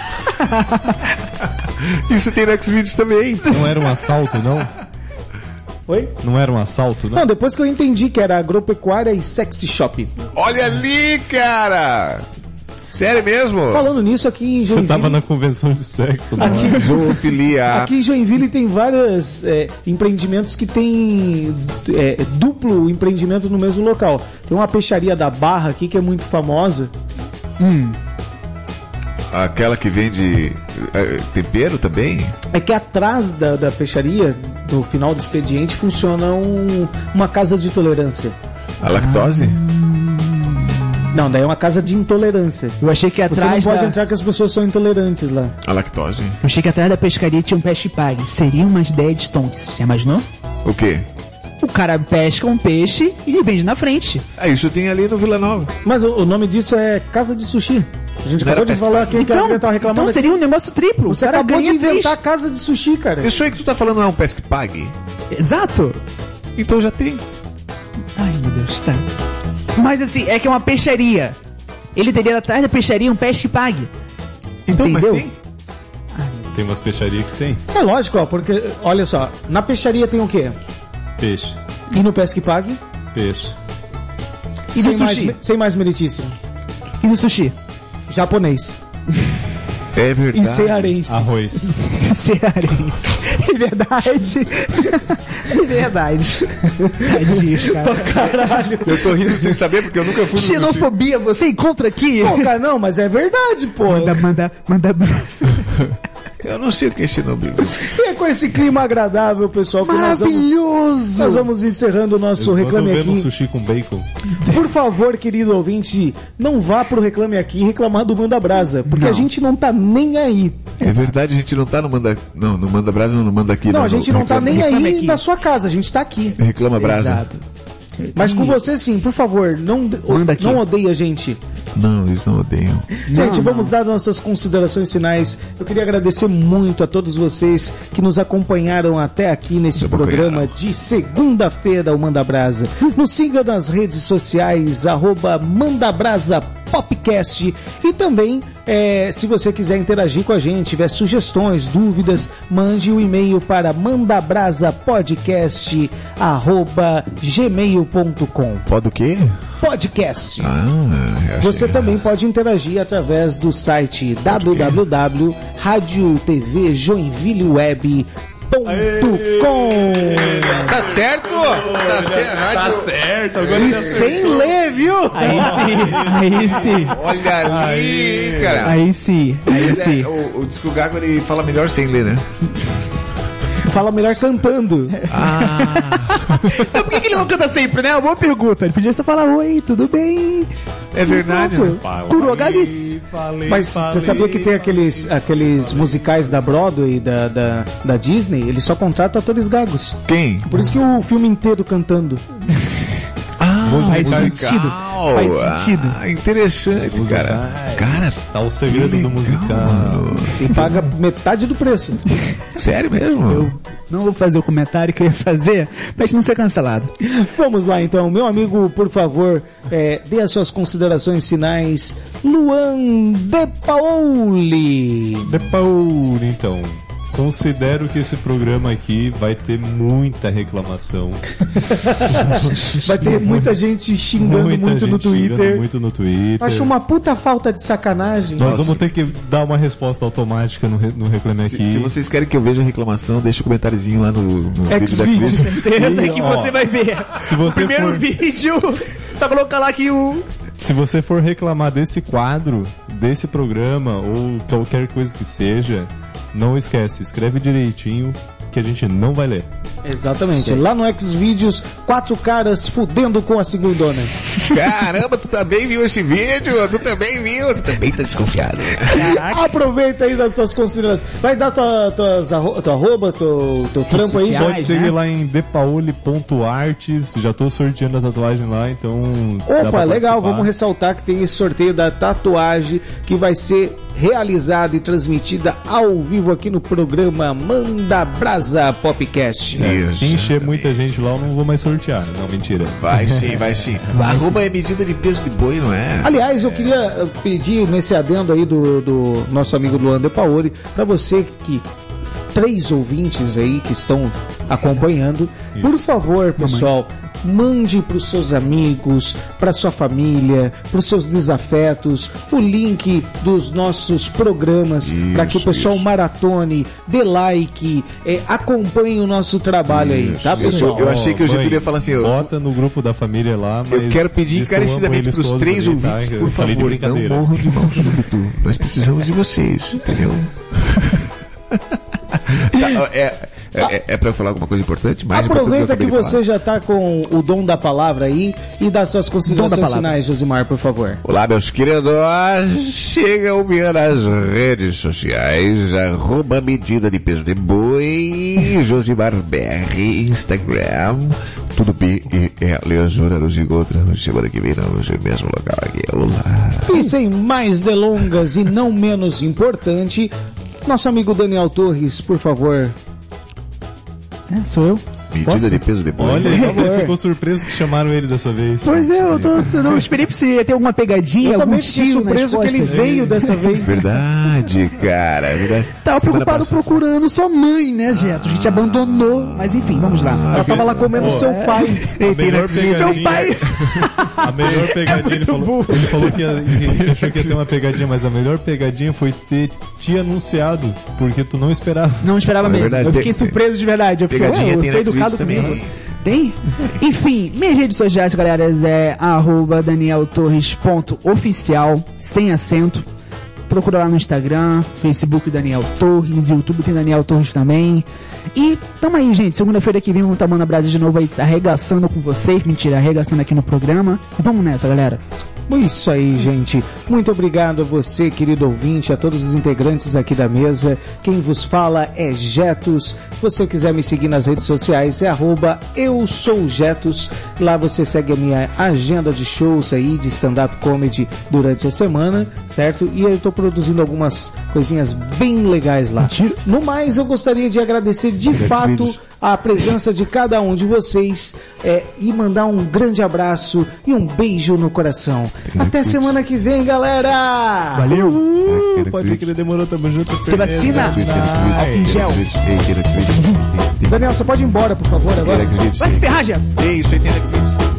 Isso tem no Xvideos também. Não era um assalto, não? Oi? Não era um assalto, não? Não, depois que eu entendi que era agropecuária e sexy shop. Olha ali, cara! Sério mesmo? Falando nisso, aqui em Você Joinville... tava na convenção de sexo, não Aqui- é? Zoofilia. Aqui em Joinville tem vários é, empreendimentos que tem é, duplo empreendimento no mesmo local. Tem uma peixaria da Barra aqui que é muito famosa. Hum. Aquela que vende é, tempero também? É que atrás da, da peixaria, no final do expediente, funciona um- uma casa de tolerância. A lactose? Não, daí é uma casa de intolerância. Eu achei que Você não atrás pode da... entrar que as pessoas são intolerantes lá. A lactose. Eu achei que atrás da pescaria tinha um peixe pague. Seria uma ideia de stonks. Já imaginou? O quê? O cara pesca um peixe e ele vende na frente. Ah, isso tem ali no Vila Nova. Mas o, o nome disso é casa de sushi. A gente Não acabou era de pesca falar pague. aqui que Então, alguém tava reclamando. então seria um negócio triplo. Você O cara acabou de ganha inventar três. casa de sushi, cara. Isso aí que tu tá falando não é um pesque pague? Exato. Então já tem. Ai, meu Deus, tá. Mas assim, é que é uma peixaria. Ele teria atrás da peixaria um peixe pague. Então, Entendeu? mas tem? Tem umas peixarias que tem É lógico, ó, porque, olha só, na peixaria tem o quê? peixe, E no Pesque Pague? peixe. E sem no mais, sushi? sem mais meritíssimo. E no sushi? Japonês. É verdade. E cearense. Arroz. Cearense. É verdade. É verdade. Tadinhos, cara. Caralho. Eu tô rindo sem saber porque eu nunca fui no sushi. Xenofobia, você encontra aqui? Pô, cara, não, mas é verdade, pô. Manda, manda, manda. Eu não sei o que é xenobia. E é com esse clima agradável, pessoal, que nós vamos, Maravilhoso! nós vamos encerrando o nosso Eles mandam Reclame ver no Aqui. sushi com bacon. Por favor, querido ouvinte, não vá pro Reclame Aqui reclamar do Manda Brasa, porque Não. a gente não tá nem aí. É verdade, a gente não tá no Manda... Não, no Manda Brasa, não, no Manda Aqui. Não, a gente não tá Reclama- nem Reclame aí Aqui. na sua casa, a gente tá aqui. Reclama Brasa. Exato. Mas com você sim, por favor, não, Manda aqui. não odeie a gente. Não, eles não odeiam. Gente, Não, vamos dar nossas considerações finais. Eu queria agradecer muito a todos vocês que nos acompanharam até aqui nesse Acompanharam. programa de segunda-feira, o Manda Brasa. Nos siga nas redes sociais, arroba Manda Brasa Popcast. E também, é, se você quiser interagir com a gente, tiver sugestões, dúvidas, mande o e-mail para mandabrasapodcast arroba gmail ponto com. Pode o quê? Podcast. Ah, eu achei- Você também pode interagir através do site w w w ponto rádio t v joinville web ponto com. Tá certo? Tá certo. Rádio... certo, E sem ler, viu? Aí sim, aí sim. Olha ali, hein, cara. Aí sim, aí sim. É, o, o Disco Gago ele fala melhor sem ler, né? Fala melhor cantando. Ah, Então por que, que ele não canta sempre, né? Uma boa pergunta. Ele podia só falar, oi, tudo bem? é verdade, né? Kurogaris. Mas você sabia que tem aqueles, aqueles musicais da Broadway, da, da, da Disney, eles só contratam atores gagos. Quem? Por isso que o filme inteiro cantando. Ah, faz Musical. sentido. Faz sentido. Ah, interessante, cara. Cara, Tá o segredo do legal, musical. mano. E paga metade do preço. Sério mesmo? Eu não vou fazer o comentário que eu ia fazer pra gente não ser cancelado. Vamos lá então, meu amigo, por favor, é, dê as suas considerações finais. Luan De Paoli. De Paul, então. Considero que esse programa aqui vai ter muita reclamação. Vai ter muita gente xingando Muita muito no gente xingando Twitter. muito no Twitter. Acho uma puta falta de sacanagem. Nós vamos ter que dar uma resposta automática no, re- no Reclame Se, Aqui. se vocês querem que eu veja a reclamação, deixa o comentáriozinho lá no, no vídeo da Xvideos. Cris. Certeza E, que ó, você vai ver. se você o primeiro for- vídeo, só colocar lá que o... Se você for reclamar desse quadro, desse programa ou qualquer coisa que seja, não esquece, escreve direitinho que a gente não vai ler. Exatamente. Lá no Xvideos, quatro caras fudendo com a segundona. Caramba, tu também viu esse vídeo? Tu também viu? Tu também tá desconfiado. Aproveita aí das suas considerações. Vai dar tua, tuas arro, tua arroba, teu, teu trampo aí. sociais. Já. Pode seguir né? lá em depaoli ponto artes, já tô sorteando a tatuagem lá, então... dá Opa, pra legal. participar. Vamos ressaltar que tem esse sorteio da tatuagem que vai ser realizada e transmitida ao vivo aqui no programa Manda Brasa Popcast. É, Isso, se encher exatamente. muita gente lá, eu não vou mais sortear. Não, mentira. Vai sim, vai sim. Vai Arroba é medida de peso de boi, não é? Aliás, eu queria eh, pedir nesse adendo aí do, do nosso amigo Luan De Paoli, para você que três ouvintes aí que estão acompanhando, por favor, pessoal, mande para os seus amigos, para sua família, para os seus desafetos, o link dos nossos programas, para que o Isso, pessoal isso. maratone, dê like, eh, acompanhe o nosso trabalho aí, tá, Eu pessoal? Eu achei que o Ó, Getúlio mãe, ia falar assim, eu- Bota no grupo da família lá, mas... Eu quero pedir diz que eu amo encarecidamente eles para os todos três ali, tá? ouvintes, Eu por falei de favor, não brincadeira. morram de mal súbito. Nós precisamos de vocês, entendeu? Tá, é, É, é, é pra eu falar alguma coisa importante? Mais Aproveita importante que, que você já tá com o dom da palavra aí e dá suas considerações finais, Josimar, por favor. Olá, meus queridos. Sigam-me nas redes sociais, arroba medida de peso de boi, Josimar B R, Instagram, tudo B e L, Zona nos encontra semana que vem no mesmo local aqui. Olá. E sem mais delongas e não menos importante, nosso amigo Daniel Torres, por favor. É, sou eu. Medida Posso? de peso de boi. Olha, ele ficou surpreso que chamaram ele dessa vez. Pois é, eu, tô, eu não esperei pra você ter alguma pegadinha, Eu algum também fiquei tiro surpreso que ele veio dessa vez. Verdade, cara. Verdade. Tava Semana preocupado passada. procurando sua mãe, né, Geto? A gente abandonou. Mas enfim, vamos lá. Ela tava lá comendo Pô, seu é. pai. A melhor Seu pegadinha, pai. a melhor pegadinha, ele falou, ele falou que ia, ele achou que ia ter uma pegadinha, mas a melhor pegadinha foi ter te anunciado, porque tu não esperava. Não esperava É mesmo. verdade, eu fiquei tem- surpreso de verdade. Eu fiquei, Pegadinha ué, eu tem fui na educado Xvideos também. comigo. Tem? Enfim, minhas redes sociais, galera, é arroba danieltorres.oficial, sem acento. Procura lá no Instagram, Facebook Daniel Torres, YouTube tem Daniel Torres também. E tamo aí, gente. Segunda-feira que vem vamos estar Manda Brasa de novo aí, arregaçando com vocês. Mentira, arregaçando aqui no programa. E vamos nessa, galera. Isso aí, gente. Muito obrigado a você, querido ouvinte, a todos os integrantes aqui da mesa. Quem vos fala é Jetos. Se você quiser me seguir nas redes sociais, é arroba eu sou Jetos. Lá você segue a minha agenda de shows aí, de stand-up comedy durante a semana, certo? E eu tô produzindo algumas coisinhas bem legais lá. No mais, eu gostaria de agradecer de fato a presença de cada um de vocês é, e mandar um grande abraço e um beijo no coração. Até semana que vem, galera! Valeu! Ah, Pode ver que ele demorou, tamo junto. Se vacina! Ah, em gel. Daniel, você pode ir embora, por favor, agora? Vai Vai se ferrar, Jean! É isso aí, tem X-Videos.